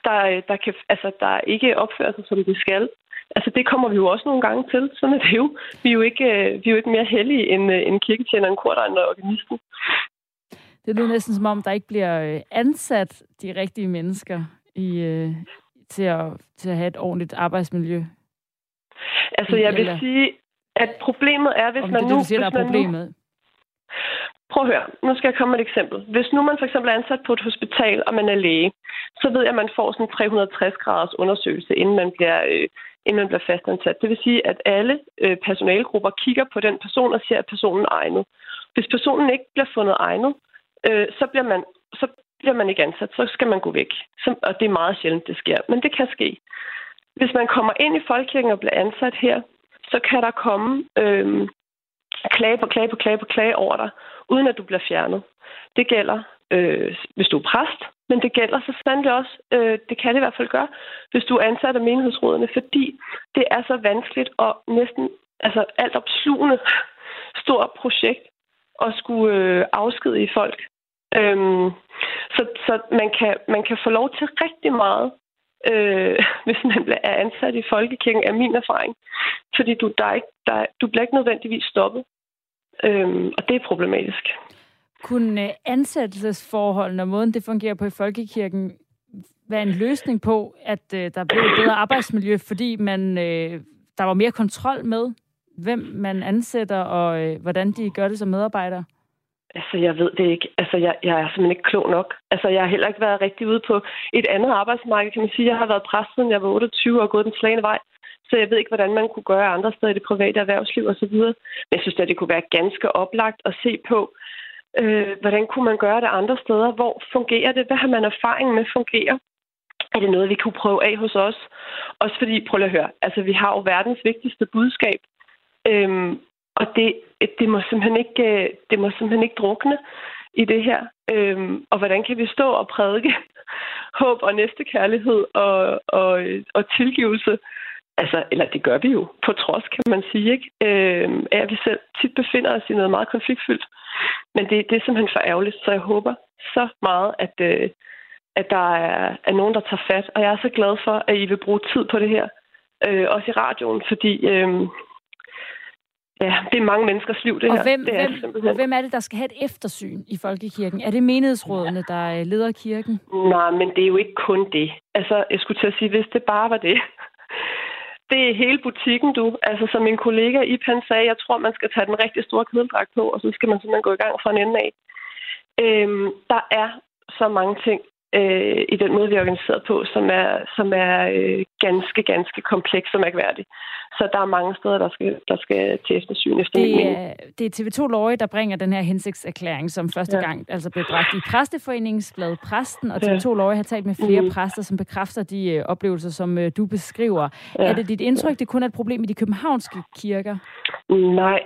der ikke opfører sig, som de skal. Altså, det kommer vi jo også nogle gange til. Sådan er det jo. Vi er jo ikke mere heldige end kirketjener, en kordejen og organisten. Det lyder næsten som om, der ikke bliver ansat de rigtige mennesker til at have et ordentligt arbejdsmiljø. Altså, jeg vil sige, at problemet er, hvis man nu... Du siger, der er problemet. Prøv at høre. Nu skal jeg komme med et eksempel. Hvis nu man for eksempel er ansat på et hospital, og man er læge, så ved jeg, at man får sådan en 360-graders undersøgelse, inden man bliver fastansat. Det vil sige, at alle personalegrupper kigger på den person og ser, at personen er egnet. Hvis personen ikke bliver fundet egnet, så bliver man ikke ansat. Så skal man gå væk. Og det er meget sjældent, det sker. Men det kan ske. Hvis man kommer ind i Folkekirken og bliver ansat her, så kan der komme klage over dig, uden at du bliver fjernet. Det gælder, hvis du er præst, men det gælder så sandelig også, det kan det i hvert fald gøre, hvis du er ansat af menighedsrådene, fordi det er så vanskeligt og næsten alt opslugende stort projekt at skulle afskedige folk. Så man kan få lov til rigtig meget, hvis man er ansat i Folkekirken, er min erfaring. Fordi du bliver ikke nødvendigvis stoppet. Og det er problematisk. Kunne ansættelsesforholdene og måden, det fungerer på i Folkekirken, være en løsning på, at der blev et bedre arbejdsmiljø, fordi der var mere kontrol med, hvem man ansætter, og hvordan de gør det som medarbejdere? Altså, jeg ved det ikke. Altså, jeg er simpelthen ikke klog nok. Altså, jeg har heller ikke været rigtig ude på et andet arbejdsmarked, kan man sige. Jeg har været præst, siden jeg var 28 og gået den slagne vej. Så jeg ved ikke, hvordan man kunne gøre andre steder i det private erhvervsliv osv. Men jeg synes, at det kunne være ganske oplagt at se på, hvordan kunne man gøre det andre steder? Hvor fungerer det? Hvad har man erfaring med fungerer? Er det noget, vi kunne prøve af hos os? Også fordi, prøv at høre, altså vi har jo verdens vigtigste budskab. Og det må simpelthen ikke drukne i det her. Og hvordan kan vi stå og prædike håb og næstekærlighed og tilgivelse? Altså, eller det gør vi jo på trods, kan man sige, ikke? At vi selv tit befinder os i noget meget konfliktfyldt. Men det er simpelthen for ærgerligt, så jeg håber så meget, at der er nogen, der tager fat. Og jeg er så glad for, at I vil bruge tid på det her, også i radioen, fordi det er mange menneskers liv, det og her. Hvem er det, der skal have et eftersyn i Folkekirken? Er det menighedsrådene, der leder kirken? Nej, men det er jo ikke kun det. Altså, jeg skulle til at sige, hvis det bare var det. Det er hele butikken, du. Altså, som min kollega Ipan sagde, jeg tror, man skal tage den rigtig store kedeldragt på, og så skal man simpelthen gå i gang fra en ende af. Der er så mange ting i den måde, vi er organiseret på, som er ganske, ganske kompleks og mærkværdig. Så der er mange steder, der skal til eftersyn efter min mening. Det er TV2 Løje, der bringer den her hensigtserklæring, som første gang altså blev bragt i Præsteforeningsbladet Præsten, og TV2 Løje har talt med flere præster, som bekræfter de oplevelser, som du beskriver. Ja. Er det dit indtryk, det kun er et problem i de københavnske kirker? Nej.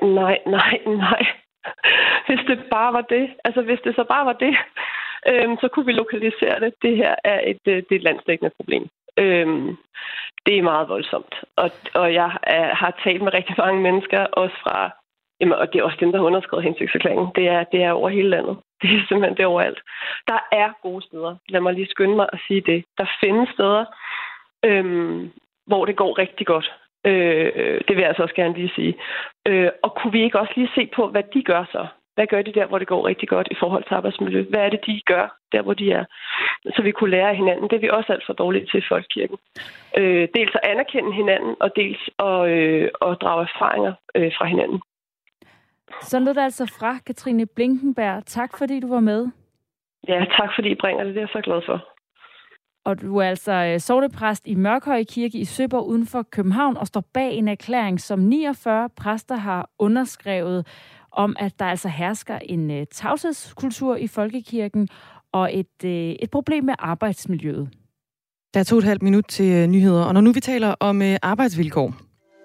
Hvis det bare var det. Altså, hvis det så bare var det, så kunne vi lokalisere det. Det her er et landsdækkende problem. Det er meget voldsomt. Og jeg har talt med rigtig mange mennesker, også fra, og det er også dem, der har underskrevet hensigtserklæringen. Det er over hele landet. Det er simpelthen det overalt. Der er gode steder. Lad mig lige skynde mig at sige det. Der findes steder, hvor det går rigtig godt. Det vil jeg altså også gerne lige sige. Og kunne vi ikke også lige se på, hvad de gør så? Hvad gør de der, hvor det går rigtig godt i forhold til arbejdsmiljø? Hvad er det, de gør der, hvor de er? Så vi kunne lære af hinanden. Det er vi også alt for dårlige til i Folkekirken. Dels at anerkende hinanden, og dels at drage erfaringer fra hinanden. Så lød det altså fra Katrine Blinkenberg. Tak, fordi du var med. Ja, tak fordi I bringer det. Det er jeg så glad for. Og du er altså sognepræst i Mørkhøj Kirke i Søborg uden for København og står bag en erklæring, som 49 præster har underskrevet om, at der altså hersker en tavshedskultur i folkekirken og et problem med arbejdsmiljøet. Der er 2,5 minut til nyheder, og når nu vi taler om arbejdsvilkår,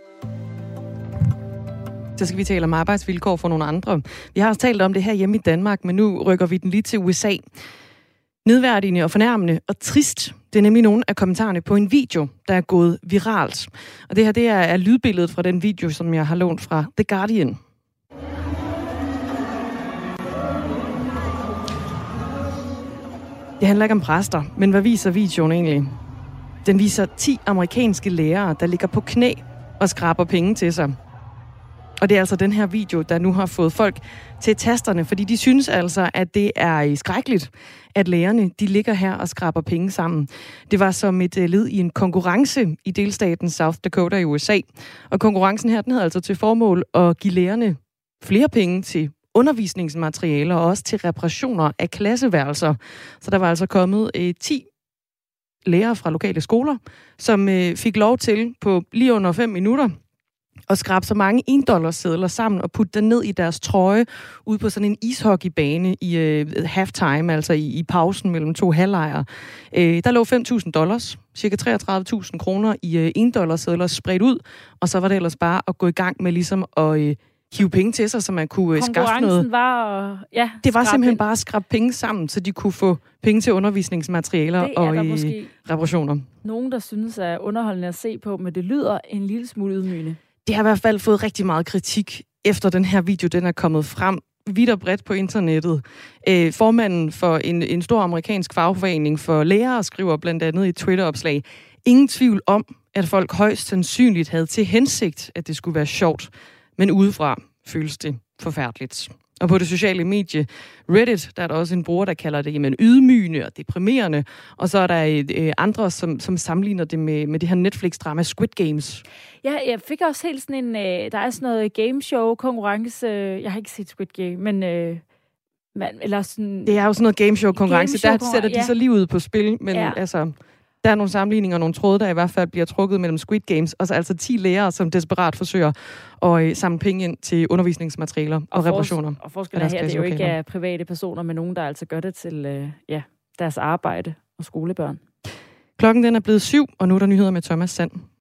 så skal vi tale om arbejdsvilkår for nogle andre. Vi har også talt om det her hjemme i Danmark, men nu rykker vi den lige til USA. Nedværdigende og fornærmende og trist. Det er nemlig nogle af kommentarerne på en video, der er gået viralt. Og det her, det er lydbilledet fra den video, som jeg har lånt fra The Guardian. Det handler ikke om præster, men hvad viser videoen egentlig? Den viser 10 amerikanske lærere, der ligger på knæ og skraber penge til sig. Og det er altså den her video, der nu har fået folk til tasterne, fordi de synes altså, at det er skrækkeligt, at lærerne de ligger her og skraber penge sammen. Det var som et led i en konkurrence i delstaten South Dakota i USA. Og konkurrencen her, den havde altså til formål at give lærerne flere penge til undervisningsmaterialer og også til reparationer af klasseværelser. Så der var altså kommet 10 lærere fra lokale skoler, som fik lov til på lige under 5 minutter at skrabe så mange $1-sedler sammen og putte den ned i deres trøje ude på sådan en ishockeybane i halftime, altså i pausen mellem 2 halvlejre. Der lå $5.000, cirka 33.000 kroner i $1-sedler spredt ud, og så var det ellers bare at gå i gang med ligesom at hive penge til sig, så man kunne skaffe noget. Det var simpelthen bare at skrabe penge sammen, så de kunne få penge til undervisningsmaterialer og reparationer. Nogen, der synes er underholdende at se på, men det lyder en lille smule ydmygende. Det har i hvert fald fået rigtig meget kritik, efter den her video, den er kommet frem vidt og bredt på internettet. Formanden for en stor amerikansk fagforening for lærere skriver blandt andet i et Twitter-opslag: ingen tvivl om, at folk højst sandsynligt havde til hensigt, at det skulle være sjovt, men udefra føles det forfærdeligt. Og på det sociale medie Reddit, der er der også en bruger, der kalder det ydmygende og deprimerende. Og så er der andre, som sammenligner det med det her Netflix-drama Squid Games. Ja, jeg fik også helt sådan en... der er sådan noget gameshow-konkurrence. Jeg har ikke set Squid Game, men... eller sådan, det er jo sådan noget gameshow-konkurrence. Der sætter de så livet på spil, men altså... Der er nogle sammenligninger og nogle tråde, der i hvert fald bliver trukket mellem Squid Games, og så altså 10 lærere, som desperat forsøger at samle penge ind til undervisningsmaterialer og reparationer. Og forskellen her, det er jo ikke af private personer, men nogen, der altså gør det til deres arbejde og skolebørn. Klokken den er blevet 7, og nu er der nyheder med Thomas Sand.